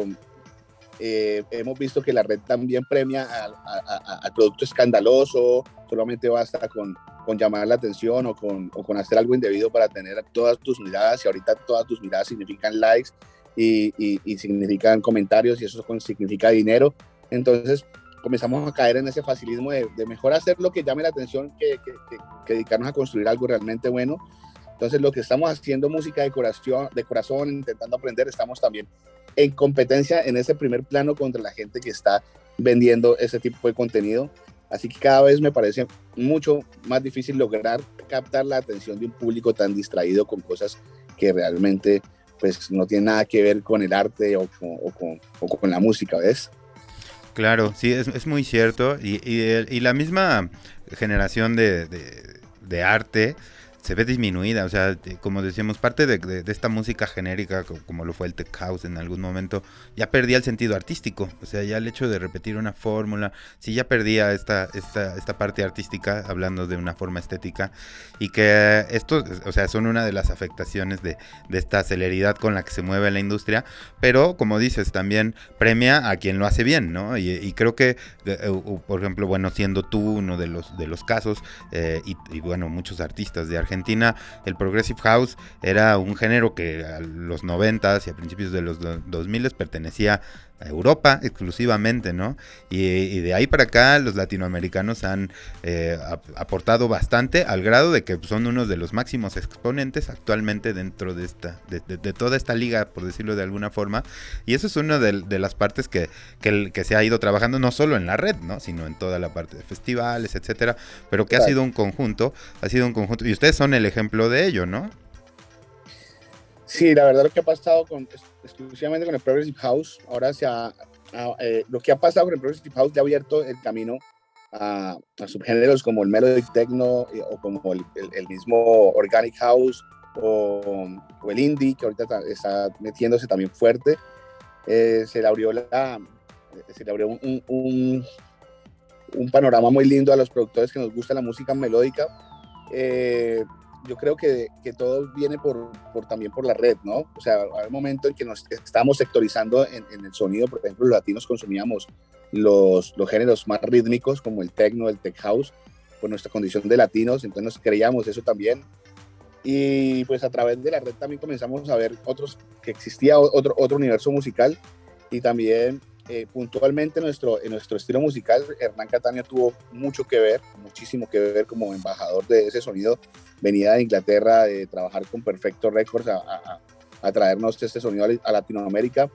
hemos visto que la red también premia al producto escandaloso, solamente basta con llamar la atención o con hacer algo indebido para tener todas tus miradas, y ahorita todas tus miradas significan likes y significan comentarios, y eso significa dinero. Entonces comenzamos a caer en ese facilismo de mejor hacer lo que llame la atención que dedicarnos a construir algo realmente bueno. Entonces lo que estamos haciendo, música de corazón, intentando aprender, estamos también en competencia en ese primer plano contra la gente que está vendiendo ese tipo de contenido. Así que cada vez me parece mucho más difícil lograr captar la atención de un público tan distraído con cosas que realmente pues no tienen nada que ver con el arte o con la música, ¿ves? Claro, sí, es muy cierto. Y la misma generación de arte se ve disminuida, o sea, como decíamos, parte de esta música genérica, como lo fue el tech house en algún momento, ya perdía el sentido artístico, o sea, ya el hecho de repetir una fórmula, sí ya perdía esta parte artística, hablando de una forma estética, y que esto, o sea, son una de las afectaciones de esta celeridad con la que se mueve la industria, pero como dices, también premia a quien lo hace bien, ¿no? Y creo que, por ejemplo, bueno, siendo tú uno de los casos, y bueno, muchos artistas de Argentina, el Progressive House era un género que a los 90s y a principios de los 2000s pertenecía a Europa exclusivamente, ¿no? Y de ahí para acá los latinoamericanos han aportado bastante, al grado de que son unos de los máximos exponentes actualmente dentro de toda esta liga, por decirlo de alguna forma. Y eso es una de las partes que se ha ido trabajando, no solo en la red, ¿no? Sino en toda la parte de festivales, etcétera, pero que ha sido un conjunto, y ustedes son el ejemplo de ello, ¿no? Sí, la verdad lo que ha pasado exclusivamente con el Progressive House, ahora lo que ha pasado con el Progressive House le ha abierto el camino a subgéneros como el Melodic Techno o como el mismo Organic House o el Indie, que ahorita está metiéndose también fuerte. Se le abrió, un panorama muy lindo a los productores que nos gusta la música melódica. Yo creo que todo viene también por la red, ¿no? O sea, hay un momento en que nos estábamos sectorizando en el sonido. Por ejemplo, los latinos consumíamos los géneros más rítmicos como el techno, el tech house, por nuestra condición de latinos, entonces nos creíamos eso también. Y pues a través de la red también comenzamos a ver que existía otro universo musical, y también puntualmente en nuestro estilo musical, Hernán Cataño tuvo mucho que ver, muchísimo que ver como embajador de ese sonido. Venía de Inglaterra de trabajar con Perfecto Records a traernos este sonido a Latinoamérica.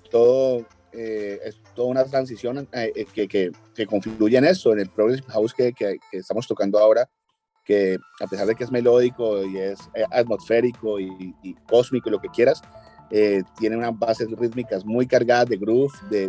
Es toda una transición que confluye en eso, en el Progressive House que estamos tocando ahora, que a pesar de que es melódico y es atmosférico y cósmico y lo que quieras, tiene unas bases rítmicas muy cargadas de groove,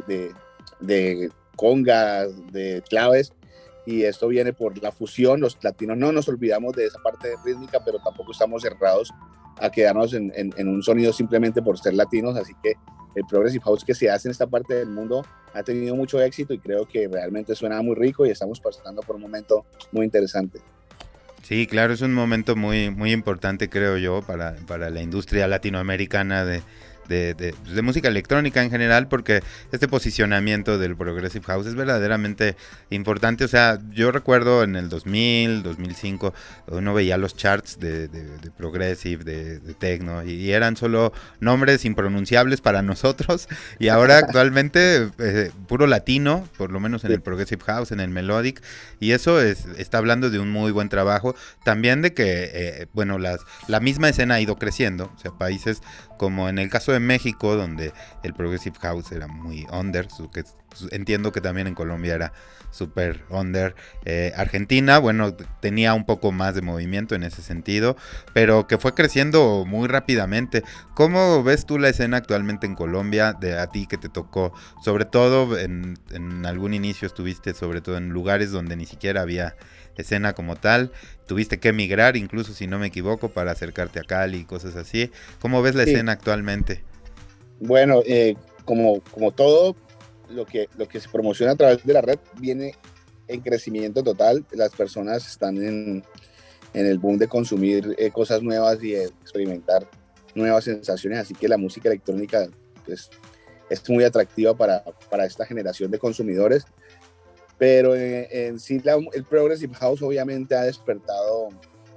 de congas, de claves, y esto viene por la fusión. Los latinos no nos olvidamos de esa parte rítmica, pero tampoco estamos cerrados a quedarnos en un sonido simplemente por ser latinos, así que el Progressive House que se hace en esta parte del mundo ha tenido mucho éxito y creo que realmente suena muy rico y estamos pasando por un momento muy interesante. Sí, claro, es un momento muy, muy importante, creo yo, para la industria latinoamericana de música electrónica en general, porque este posicionamiento del Progressive House es verdaderamente importante. O sea, yo recuerdo en el 2000, 2005, uno veía los charts de Progressive, de Techno, y eran solo nombres impronunciables para nosotros, y ahora actualmente puro latino, por lo menos en el Progressive House, en el Melodic, y eso está hablando de un muy buen trabajo, también de que, bueno, la misma escena ha ido creciendo. O sea, países como en el caso de México, donde el Progressive House era muy under, que entiendo que también en Colombia era super under. Argentina, bueno, tenía un poco más de movimiento en ese sentido, pero que fue creciendo muy rápidamente. ¿Cómo ves tú la escena actualmente en Colombia, a ti que te tocó? Sobre todo en algún inicio estuviste sobre todo en lugares donde ni siquiera había escena como tal, tuviste que emigrar incluso, si no me equivoco, para acercarte a Cali y cosas así. ¿Cómo ves la escena actualmente? Bueno, como todo lo que se promociona a través de la red viene en crecimiento total. Las personas están en el boom de consumir cosas nuevas y de experimentar nuevas sensaciones, así que la música electrónica pues, es muy atractiva para esta generación de consumidores. Pero en sí el Progressive House obviamente ha despertado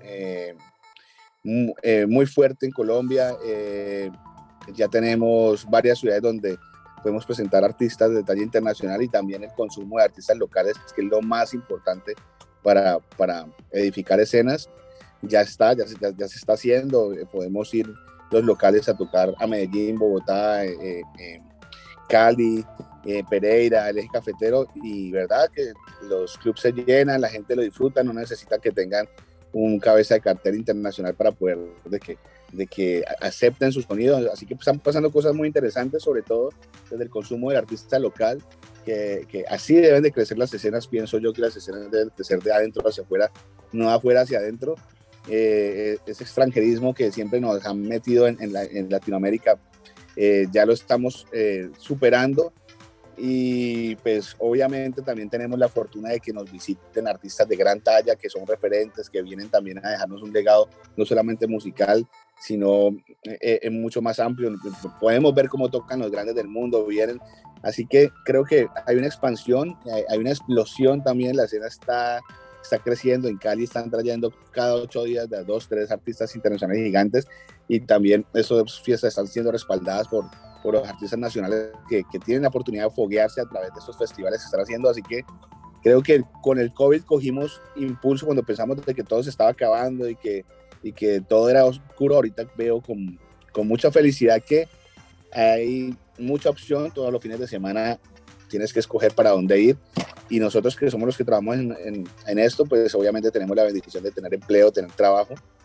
muy fuerte en Colombia. Ya tenemos varias ciudades donde podemos presentar artistas de talla internacional, y también el consumo de artistas locales, que es lo más importante para edificar escenas. Ya se está haciendo. Podemos ir los locales a tocar a Medellín, Bogotá, Cali, Pereira, el eje cafetero, y verdad que los clubs se llenan, la gente lo disfruta, no necesitan que tengan un cabeza de cartel internacional para poder de que acepten sus sonidos. Así que están pasando cosas muy interesantes, sobre todo desde el consumo del artista local, que así deben de crecer las escenas. Pienso yo que las escenas deben crecer de adentro hacia afuera, no de afuera hacia adentro. Ese extranjerismo que siempre nos han metido en Latinoamérica, ya lo estamos superando, y pues obviamente también tenemos la fortuna de que nos visiten artistas de gran talla, que son referentes, que vienen también a dejarnos un legado no solamente musical, sino mucho más amplio. Podemos ver cómo tocan los grandes del mundo, vienen, así que creo que hay una expansión, hay una explosión también. La escena está creciendo. En Cali están trayendo cada 8 días de 2, 3 artistas internacionales gigantes, y también esas fiestas están siendo respaldadas por los artistas nacionales que tienen la oportunidad de foguearse a través de estos festivales que están haciendo. Así que creo que con el COVID cogimos impulso cuando pensamos de que todo se estaba acabando y que todo era oscuro. Ahorita veo con mucha felicidad que hay mucha opción. Todos los fines de semana tienes que escoger para dónde ir, y nosotros que somos los que trabajamos en esto, pues obviamente tenemos la bendición de tener empleo, tener trabajo,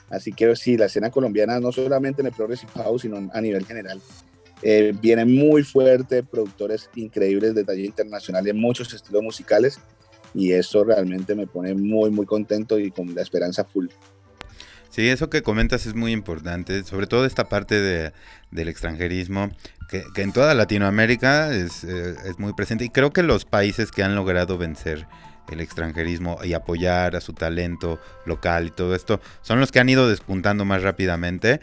Así que sí, la escena colombiana, no solamente en el Progressive House, sino a nivel general, viene muy fuerte, productores increíbles de talla internacional en muchos estilos musicales, y eso realmente me pone muy, muy contento y con la esperanza full. Sí, eso que comentas es muy importante, sobre todo esta parte del extranjerismo, que en toda Latinoamérica es muy presente, y creo que los países que han logrado vencer el extranjerismo y apoyar a su talento local y todo esto, son los que han ido despuntando más rápidamente.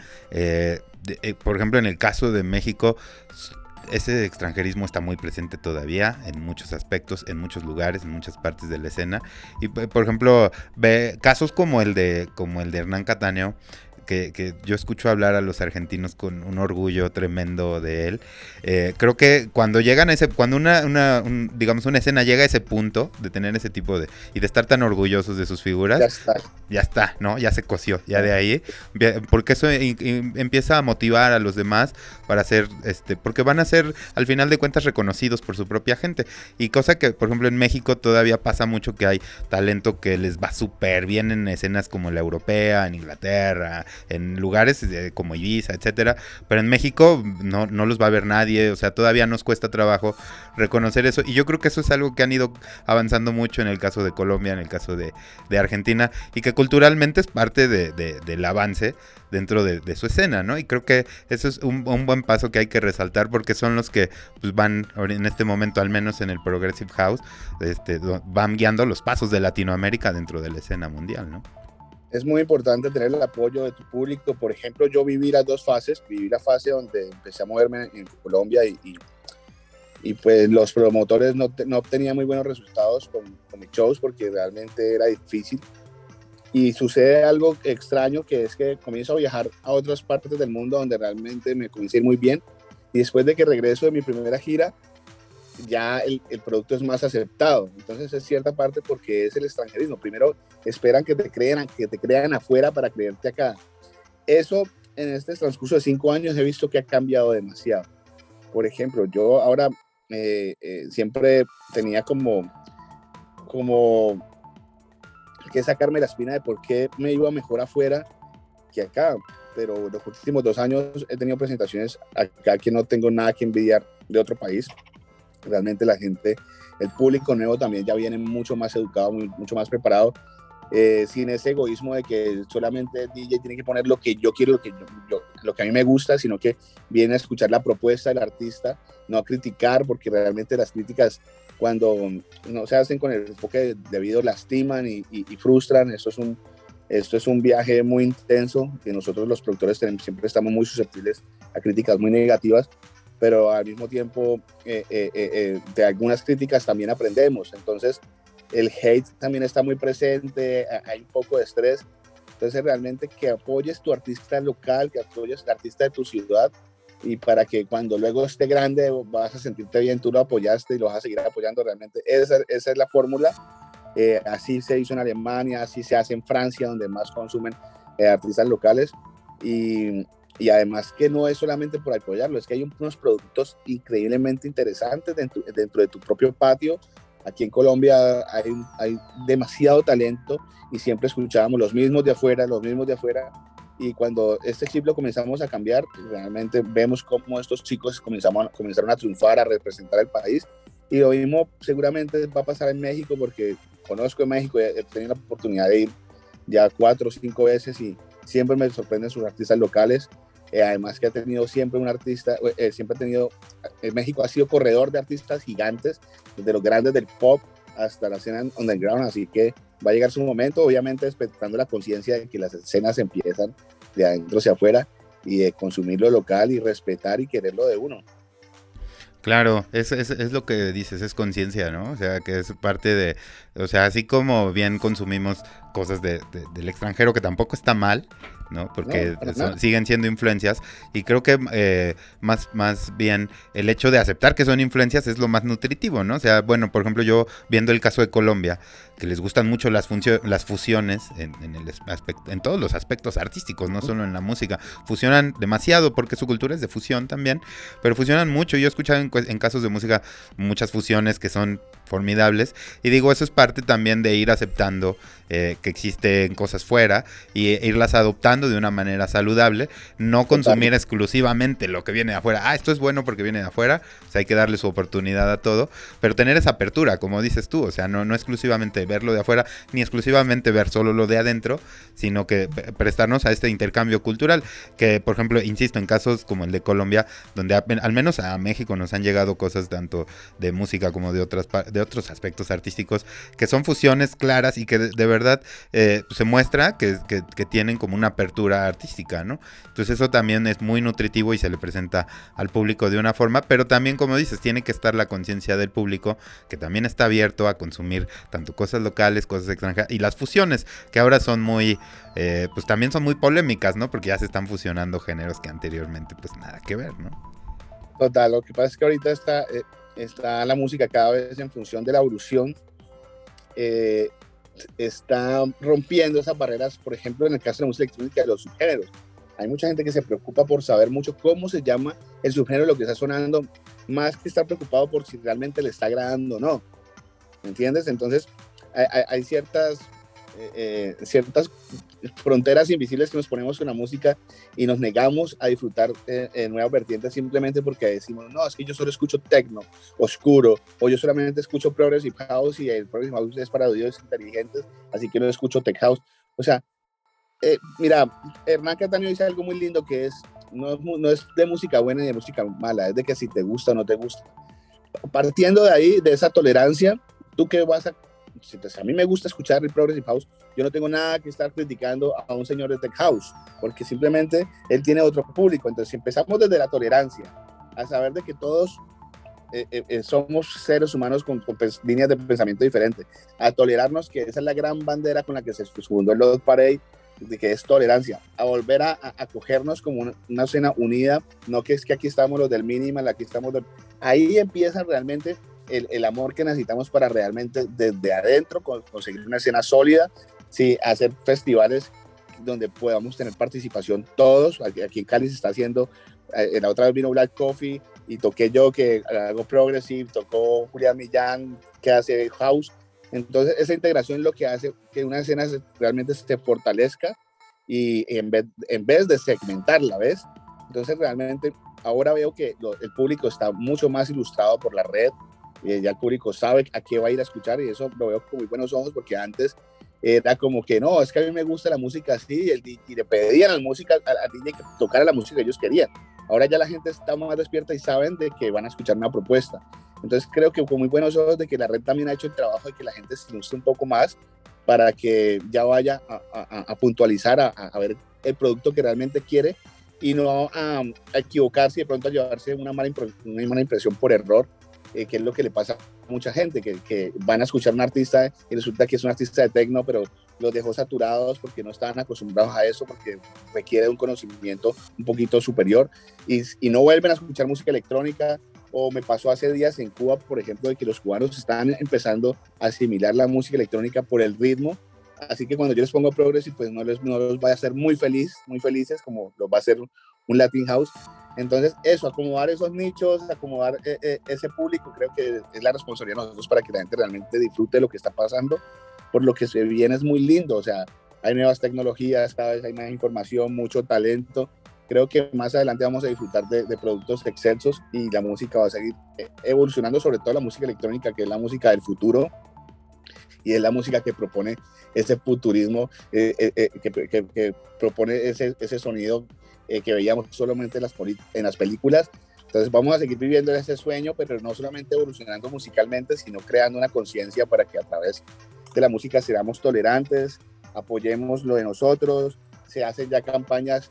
Por ejemplo, en el caso de México, ese extranjerismo está muy presente todavía en muchos aspectos, en muchos lugares, en muchas partes de la escena. Y por ejemplo, casos como el de Hernán Cataño, que yo escucho hablar a los argentinos con un orgullo tremendo de él. Creo que cuando llegan a ese, cuando digamos una escena llega a ese punto de tener ese tipo y de estar tan orgullosos de sus figuras, ya está, ¿no? Ya se coció, ya de ahí, porque eso empieza a motivar a los demás para hacer, porque van a ser al final de cuentas reconocidos por su propia gente, y cosa que por ejemplo en México todavía pasa mucho, que hay talento que les va súper bien en escenas como la europea, en Inglaterra, en lugares como Ibiza, etcétera, pero en México no los va a ver nadie, o sea, todavía nos cuesta trabajo reconocer eso, y yo creo que eso es algo que han ido avanzando mucho en el caso de Colombia, en el caso de Argentina, y que culturalmente es parte del avance dentro de su escena, ¿no? Y creo que eso es un buen paso que hay que resaltar, porque son los que pues, van en este momento, al menos en el Progressive House, van guiando los pasos de Latinoamérica dentro de la escena mundial, ¿no? Es muy importante tener el apoyo de tu público. Por ejemplo, yo viví las dos fases. Viví la fase donde empecé a moverme en Colombia y pues los promotores no obtenían muy buenos resultados con mis shows, porque realmente era difícil. Y sucede algo extraño, que es que comienzo a viajar a otras partes del mundo donde realmente me comienza a ir muy bien. Y después de que regreso de mi primera gira, ya el producto es más aceptado. Entonces es cierta parte porque es el extranjerismo. Primero esperan que te crean afuera para creerte acá. Eso en este transcurso de 5 años he visto que ha cambiado demasiado. Por ejemplo, yo ahora siempre tenía como que sacarme la espina de por qué me iba mejor afuera que acá. Pero los últimos 2 años he tenido presentaciones acá que no tengo nada que envidiar de otro país. Realmente la gente, el público nuevo también ya viene mucho más educado, mucho más preparado, sin ese egoísmo de que solamente el DJ tiene que poner lo que yo quiero, lo que a mí me gusta, sino que viene a escuchar la propuesta del artista, no a criticar, porque realmente las críticas, cuando no se hacen con el enfoque debido, lastiman y frustran. Esto es un viaje muy intenso, que nosotros los productores siempre estamos muy susceptibles a críticas muy negativas, pero al mismo tiempo de algunas críticas también aprendemos. Entonces el hate también está muy presente, hay un poco de estrés. Entonces realmente que apoyes tu artista local, que apoyes al artista de tu ciudad, y para que cuando luego esté grande vas a sentirte bien, tú lo apoyaste y lo vas a seguir apoyando. Realmente esa es la fórmula. Así se hizo en Alemania, así se hace en Francia, donde más consumen artistas locales. Y además que no es solamente por apoyarlo, es que hay unos productos increíblemente interesantes dentro de tu propio patio. Aquí en Colombia hay demasiado talento y siempre escuchábamos los mismos de afuera, y cuando este chip lo comenzamos a cambiar, realmente vemos cómo estos chicos comenzaron a triunfar, a representar el país. Y lo mismo seguramente va a pasar en México, porque conozco en México, he tenido la oportunidad de ir ya 4 o 5 veces y siempre me sorprenden sus artistas locales. Además que ha tenido siempre un artista, México ha sido corredor de artistas gigantes, desde los grandes del pop hasta la escena underground, así que va a llegar su momento, obviamente despertando la conciencia de que las escenas empiezan de adentro hacia afuera, y de consumir lo local y respetar y quererlo de uno. Claro, es lo que dices, es conciencia, ¿no? O sea, que es parte o sea, así como bien consumimos cosas del extranjero, que tampoco está mal, ¿no? Porque siguen siendo influencias, y creo que más bien el hecho de aceptar que son influencias es lo más nutritivo, ¿no? O sea, bueno, por ejemplo, yo viendo el caso de Colombia, que les gustan mucho las fusiones en todos los aspectos artísticos, no solo en la música, fusionan demasiado porque su cultura es de fusión también, pero fusionan mucho. Yo he escuchado en casos de música muchas fusiones que son formidables. Y digo, eso es parte también de ir aceptando que existen cosas fuera y irlas adoptando de una manera saludable, no consumir exclusivamente lo que viene de afuera. Esto es bueno porque viene de afuera, o sea, hay que darle su oportunidad a todo, pero tener esa apertura, como dices tú, o sea, no exclusivamente verlo de afuera, ni exclusivamente ver solo lo de adentro, sino que prestarnos a este intercambio cultural, que por ejemplo, insisto, en casos como el de Colombia, donde al menos a México nos han llegado cosas tanto de música como de otros aspectos artísticos, que son fusiones claras y que de verdad se muestra que tienen como una apertura artística, ¿no? Entonces eso también es muy nutritivo y se le presenta al público de una forma, pero también, como dices, tiene que estar la conciencia del público, que también está abierto a consumir tanto cosas locales, cosas extranjeras, y las fusiones, que ahora son muy, pues también son muy polémicas, ¿no? Porque ya se están fusionando géneros que anteriormente pues nada que ver, ¿no? Total, lo que pasa es que ahorita está la música cada vez en función de la evolución, está rompiendo esas barreras, por ejemplo, en el caso de la música electrónica de los subgéneros. Hay mucha gente que se preocupa por saber mucho cómo se llama el subgénero de lo que está sonando, más que estar preocupado por si realmente le está agradando o no. ¿Me entiendes? Entonces, hay ciertas fronteras invisibles que nos ponemos con la música y nos negamos a disfrutar nuevas vertientes simplemente porque decimos, no, es que yo solo escucho techno, oscuro, o yo solamente escucho progressive house y el progressive house es para oídos inteligentes, así que no escucho tech house. O sea, mira, Hernán Cataño dice algo muy lindo que no es de música buena ni de música mala, es de que si te gusta o no te gusta. Partiendo de ahí, de esa tolerancia, ¿tú qué vas a...? Si a mí me gusta escuchar el Progressive House, yo no tengo nada que estar criticando a un señor de Tech House, porque simplemente él tiene otro público. Entonces, si empezamos desde la tolerancia, a saber de que todos somos seres humanos con líneas de pensamiento diferentes, a tolerarnos, que esa es la gran bandera con la que se fundó el Love Parade, de que es tolerancia, a volver a acogernos como una escena unida, no que es que aquí estamos los del minimal, aquí estamos ahí empieza realmente el amor que necesitamos para realmente desde adentro conseguir una escena sólida, sí, hacer festivales donde podamos tener participación todos. Aquí en Cali se está haciendo, la otra vez vino Black Coffee y toqué yo que hago progressive, tocó Julián Millán que hace house. Entonces esa integración es lo que hace que una escena realmente se fortalezca y en vez de segmentarla, ¿ves? Entonces realmente ahora veo que el público está mucho más ilustrado por la red, ya el público sabe a qué va a ir a escuchar y eso lo veo con muy buenos ojos, porque antes era como que no, es que a mí me gusta la música así y le pedían al DJ que tocara la música que ellos querían. Ahora ya la gente está más despierta y saben de que van a escuchar una propuesta. Entonces creo que con muy buenos ojos de que la red también ha hecho el trabajo de que la gente se ilustre un poco más para que ya vaya a puntualizar, a ver el producto que realmente quiere y no a equivocarse y de pronto a llevarse una mala impresión por error, que es lo que le pasa a mucha gente, que van a escuchar a un artista y resulta que es un artista de techno, pero los dejó saturados porque no estaban acostumbrados a eso, porque requiere un conocimiento un poquito superior y no vuelven a escuchar música electrónica. O me pasó hace días en Cuba, por ejemplo, de que los cubanos estaban empezando a asimilar la música electrónica por el ritmo, así que cuando yo les pongo progressive, pues no los va a hacer muy felices como los va a hacer un Latin House. Entonces eso, acomodar esos nichos, acomodar ese público, creo que es la responsabilidad de nosotros para que la gente realmente disfrute lo que está pasando, por lo que se viene es muy lindo, o sea, hay nuevas tecnologías, cada vez hay más información, mucho talento. Creo que más adelante vamos a disfrutar de productos excelsos y la música va a seguir evolucionando, sobre todo la música electrónica, que es la música del futuro y es la música que propone ese futurismo, que propone ese sonido que veíamos solamente en las películas. Entonces vamos a seguir viviendo ese sueño, pero no solamente evolucionando musicalmente, sino creando una conciencia para que a través de la música seamos tolerantes, apoyemos lo de nosotros, se hacen ya campañas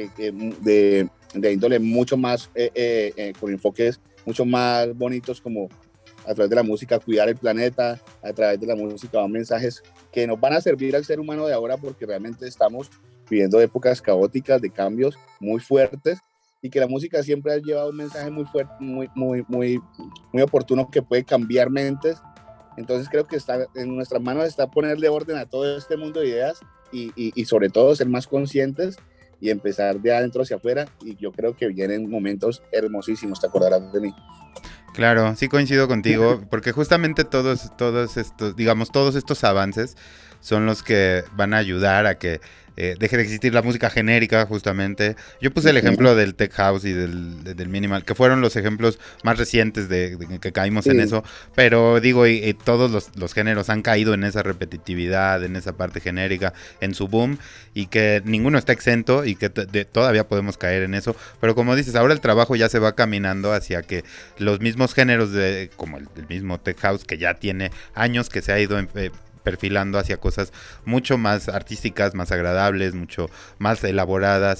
de índole mucho más, con enfoques mucho más bonitos, como a través de la música cuidar el planeta, a través de la música van mensajes que nos van a servir al ser humano de ahora, porque realmente estamos viviendo épocas caóticas de cambios muy fuertes y que la música siempre ha llevado un mensaje muy fuerte, muy oportuno, que puede cambiar mentes. Entonces creo que está en nuestras manos, está ponerle orden a todo este mundo de ideas y sobre todo ser más conscientes y empezar de adentro hacia afuera, y yo creo que vienen momentos hermosísimos, te acordarás de mí. Claro, sí coincido contigo, porque justamente todos estos, digamos, todos estos avances son los que van a ayudar a que deje de existir la música genérica, justamente. Yo puse el Ujú. ejemplo del tech house y del minimal, que fueron los ejemplos más recientes de que caímos en Sí, eso, pero digo, y todos los géneros han caído en esa repetitividad, en esa parte genérica, en su boom, y que ninguno está exento y que todavía podemos caer en eso, pero como dices, ahora el trabajo ya se va caminando hacia que los mismos géneros como el mismo tech house que ya tiene años que se ha ido perfilando hacia cosas mucho más artísticas, más agradables, mucho más elaboradas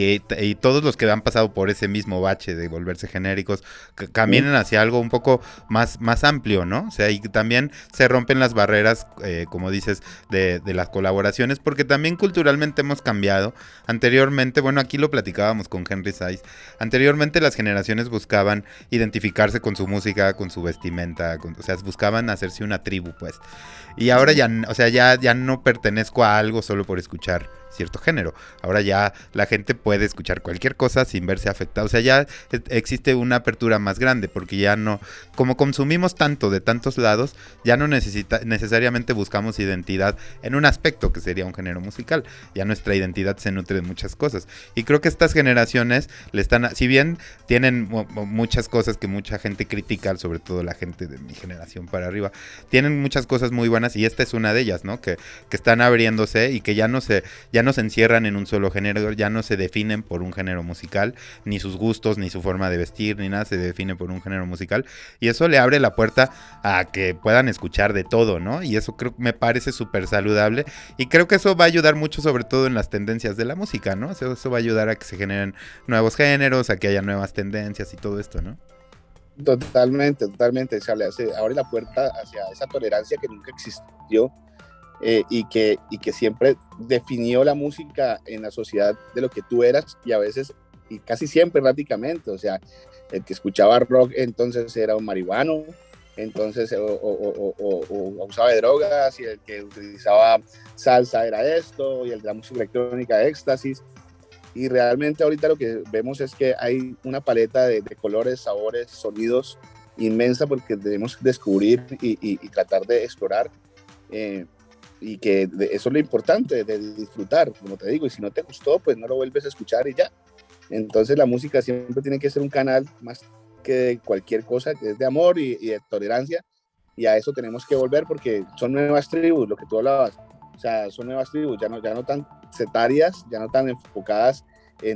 y todos los que han pasado por ese mismo bache de volverse genéricos sí, caminen hacia algo un poco más amplio, ¿no? O sea, y también se rompen las barreras, como dices, de las colaboraciones, porque también culturalmente hemos cambiado. Anteriormente, bueno, aquí lo platicábamos con Henry Saiz, anteriormente las generaciones buscaban identificarse con su música, con su vestimenta, o sea, buscaban hacerse una tribu, pues. Y ahora ujú, ya, o sea, ya no pertenezco a algo solo por escuchar cierto género. Ahora ya la gente puede escuchar cualquier cosa sin verse afectada. O sea, ya existe una apertura más grande porque ya no, como consumimos tanto de tantos lados, ya no necesariamente buscamos identidad en un aspecto que sería un género musical. Ya nuestra identidad se nutre de muchas cosas. Y creo que estas generaciones le están, si bien tienen muchas cosas que mucha gente critica, sobre todo la gente de mi generación para arriba, tienen muchas cosas muy buenas y esta es una de ellas, ¿no? Que están abriéndose y que ya no se encierran en un solo género, ya no se definen por un género musical, ni sus gustos, ni su forma de vestir, ni nada se define por un género musical. Y eso le abre la puerta a que puedan escuchar de todo, ¿no? Y eso creo me parece súper saludable. Y creo que eso va a ayudar mucho, sobre todo en las tendencias de la música, ¿no? Eso va a ayudar a que se generen nuevos géneros, a que haya nuevas tendencias y todo esto, ¿no? totalmente, totalmente. O sea, abre la puerta hacia esa tolerancia que nunca existió, y que siempre definió la música en la sociedad de lo que tú eras y a veces, y casi siempre prácticamente, o sea, el que escuchaba rock entonces era un marihuano, entonces o usaba de drogas, y el que utilizaba salsa era esto, y el de la música electrónica éxtasis. Y realmente ahorita lo que vemos es que hay una paleta de colores, sabores, sonidos inmensa porque debemos descubrir y tratar de explorar, eh, y que eso es lo importante, de disfrutar, como te digo, y si no te gustó, pues no lo vuelves a escuchar y ya. Entonces la música siempre tiene que ser un canal más que cualquier cosa, que es de amor y de tolerancia, y a eso tenemos que volver porque son nuevas tribus, lo que tú hablabas, o sea, son nuevas tribus, ya no tan sectarias, ya no tan enfocadas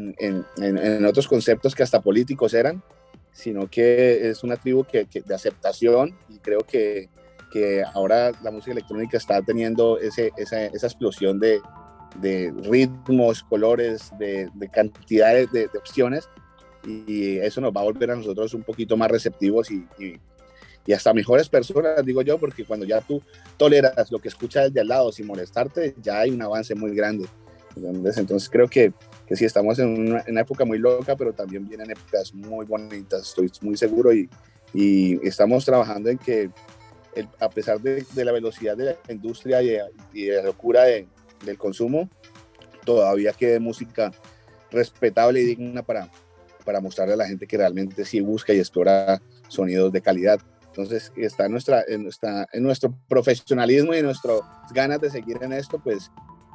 en otros conceptos que hasta políticos eran, sino que es una tribu de aceptación, y creo que ahora la música electrónica está teniendo esa explosión de ritmos, colores, de cantidades de opciones, y eso nos va a volver a nosotros un poquito más receptivos y hasta mejores personas, digo yo, porque cuando ya tú toleras lo que escuchas desde al lado sin molestarte, ya hay un avance muy grande. Entonces creo que sí, estamos en una época muy loca, pero también vienen épocas muy bonitas, estoy muy seguro, y estamos trabajando en que a pesar de la velocidad de la industria y de la locura del consumo, todavía quede música respetable y digna para mostrarle a la gente que realmente sí busca y explora sonidos de calidad. Entonces, está en nuestro profesionalismo y en nuestras ganas de seguir en esto, pues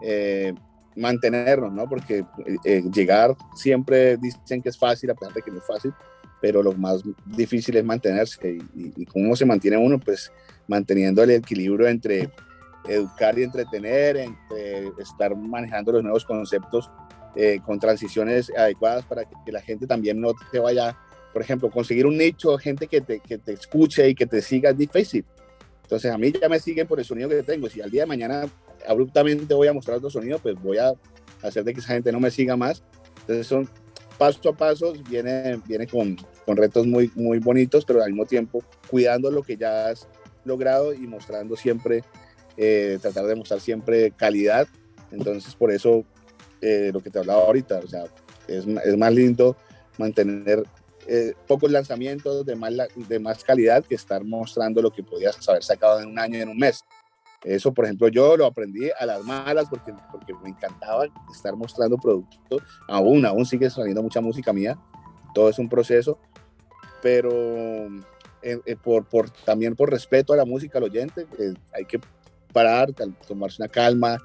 mantenernos, ¿no? Porque llegar siempre dicen que es fácil, a pesar de que no es fácil, pero lo más difícil es mantenerse. Y cómo se mantiene uno, pues manteniendo el equilibrio entre educar y entretener, entre estar manejando los nuevos conceptos con transiciones adecuadas para que la gente también no te vaya, por ejemplo, conseguir un nicho, gente que te escuche y que te siga es difícil. Entonces a mí ya me siguen por el sonido que tengo. Si al día de mañana abruptamente voy a mostrar otro sonido, pues voy a hacer de que esa gente no me siga más. Entonces son paso a paso, viene con retos muy, muy bonitos, pero al mismo tiempo cuidando lo que ya has logrado y mostrando siempre, tratar de mostrar siempre calidad. Entonces por eso lo que te hablaba ahorita, o sea, es más lindo mantener pocos lanzamientos de más calidad que estar mostrando lo que podías haber sacado en un año, en un mes. Eso, por ejemplo, yo lo aprendí a las malas porque me encantaba estar mostrando productos. Aún sigue saliendo mucha música mía. Todo es un proceso, pero también por respeto a la música, al oyente, hay que parar, tomarse una calma,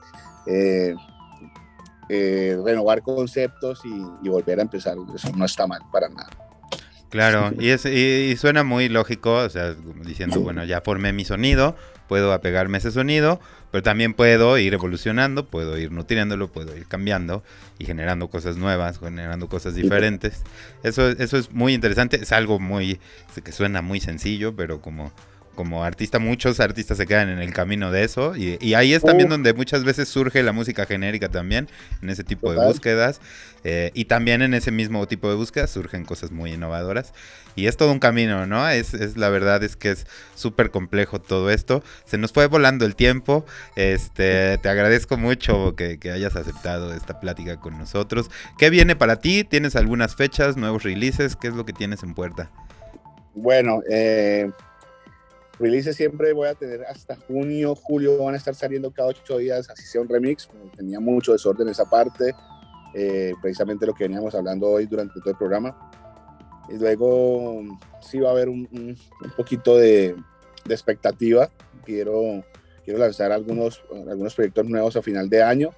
renovar conceptos y volver a empezar. Eso no está mal para nada. Claro, y suena muy lógico, o sea, diciendo, bueno, ya formé mi sonido, puedo apegarme a ese sonido, pero también puedo ir evolucionando, puedo ir nutriéndolo, puedo ir cambiando y generando cosas nuevas, generando cosas diferentes. Eso es muy interesante, es algo que suena muy sencillo, pero como artista, muchos artistas se quedan en el camino de eso, y ahí es también donde muchas veces surge la música genérica también, en ese tipo de búsquedas, y también en ese mismo tipo de búsquedas surgen cosas muy innovadoras, y es todo un camino, ¿no? La verdad es que es súper complejo todo esto. Se nos fue volando el tiempo. Te agradezco mucho que hayas aceptado esta plática con nosotros. ¿Qué viene para ti? ¿Tienes algunas fechas, nuevos releases? ¿Qué es lo que tienes en puerta? Bueno, releases siempre voy a tener hasta junio, julio, van a estar saliendo cada 8 días, así sea un remix. Tenía mucho desorden esa parte, precisamente lo que veníamos hablando hoy durante todo el programa. Y luego sí va a haber un poquito de expectativa. Quiero lanzar algunos proyectos nuevos a final de año.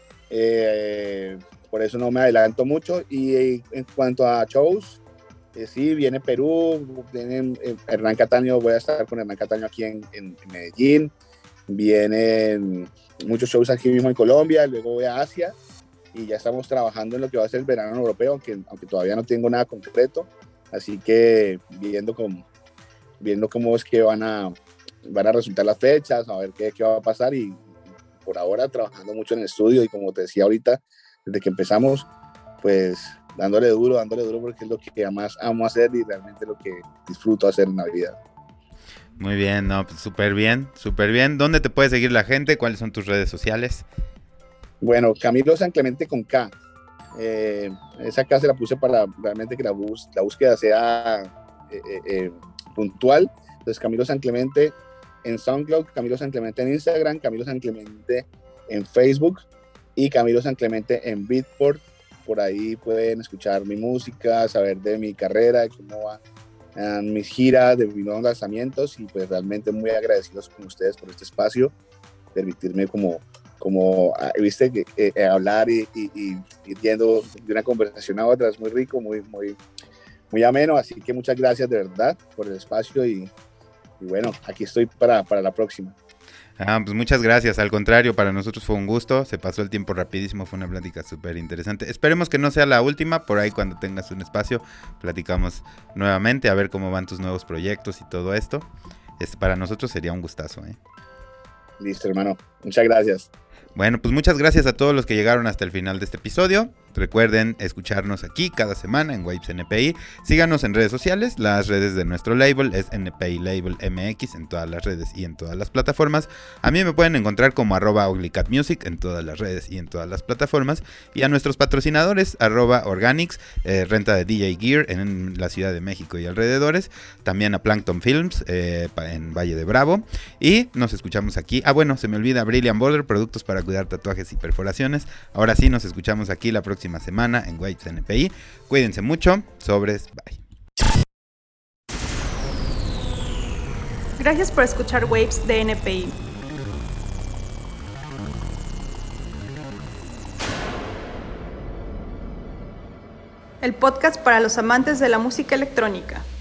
Por eso no me adelanto mucho. Y en cuanto a shows, sí, viene Perú, viene Hernán Cataño, voy a estar con Hernán Cataño aquí en Medellín. Vienen muchos shows aquí mismo en Colombia, luego voy a Asia. Y ya estamos trabajando en lo que va a ser el verano europeo, aunque todavía no tengo nada concreto, así que viendo cómo es que van a resultar las fechas, a ver qué va a pasar, y por ahora trabajando mucho en el estudio, y como te decía ahorita, desde que empezamos, pues dándole duro, porque es lo que más amo hacer y realmente lo que disfruto hacer en la vida. Muy bien, no, pues súper bien. ¿Dónde te puede seguir la gente? ¿Cuáles son tus redes sociales? Bueno, Camilo San Clemente con K. Esa K se la puse para realmente que la búsqueda sea puntual. Entonces, Camilo San Clemente en SoundCloud, Camilo San Clemente en Instagram, Camilo San Clemente en Facebook y Camilo San Clemente en Beatport. Por ahí pueden escuchar mi música, saber de mi carrera, de cómo van mis giras, de mis nuevos lanzamientos, y pues realmente muy agradecidos con ustedes por este espacio, permitirme como viste, hablar y yendo de una conversación a otra. Es muy rico, muy ameno, así que muchas gracias de verdad por el espacio, y bueno, aquí estoy para la próxima. Pues muchas gracias, al contrario, para nosotros fue un gusto, se pasó el tiempo rapidísimo, fue una plática súper interesante. Esperemos que no sea la última, por ahí cuando tengas un espacio platicamos nuevamente, a ver cómo van tus nuevos proyectos y todo esto. Para nosotros sería un gustazo, Listo, hermano, muchas gracias. Bueno, pues muchas gracias a todos los que llegaron hasta el final de este episodio. Recuerden escucharnos aquí cada semana en Waves NPI. Síganos en redes sociales. Las redes de nuestro label es NPI Label MX en todas las redes y en todas las plataformas. A mí me pueden encontrar como @uglycatmusic en todas las redes y en todas las plataformas. Y a nuestros patrocinadores @Organics, renta de DJ Gear en la Ciudad de México y alrededores. También a Plankton Films en Valle de Bravo. Y nos escuchamos aquí. Bueno, se me olvida, Brilliant Border, productos para cuidar tatuajes y perforaciones. Ahora sí, nos escuchamos aquí la próxima semana en Waves NPI. Cuídense mucho. Sobres. Bye. Gracias por escuchar Waves de NPI. El podcast para los amantes de la música electrónica.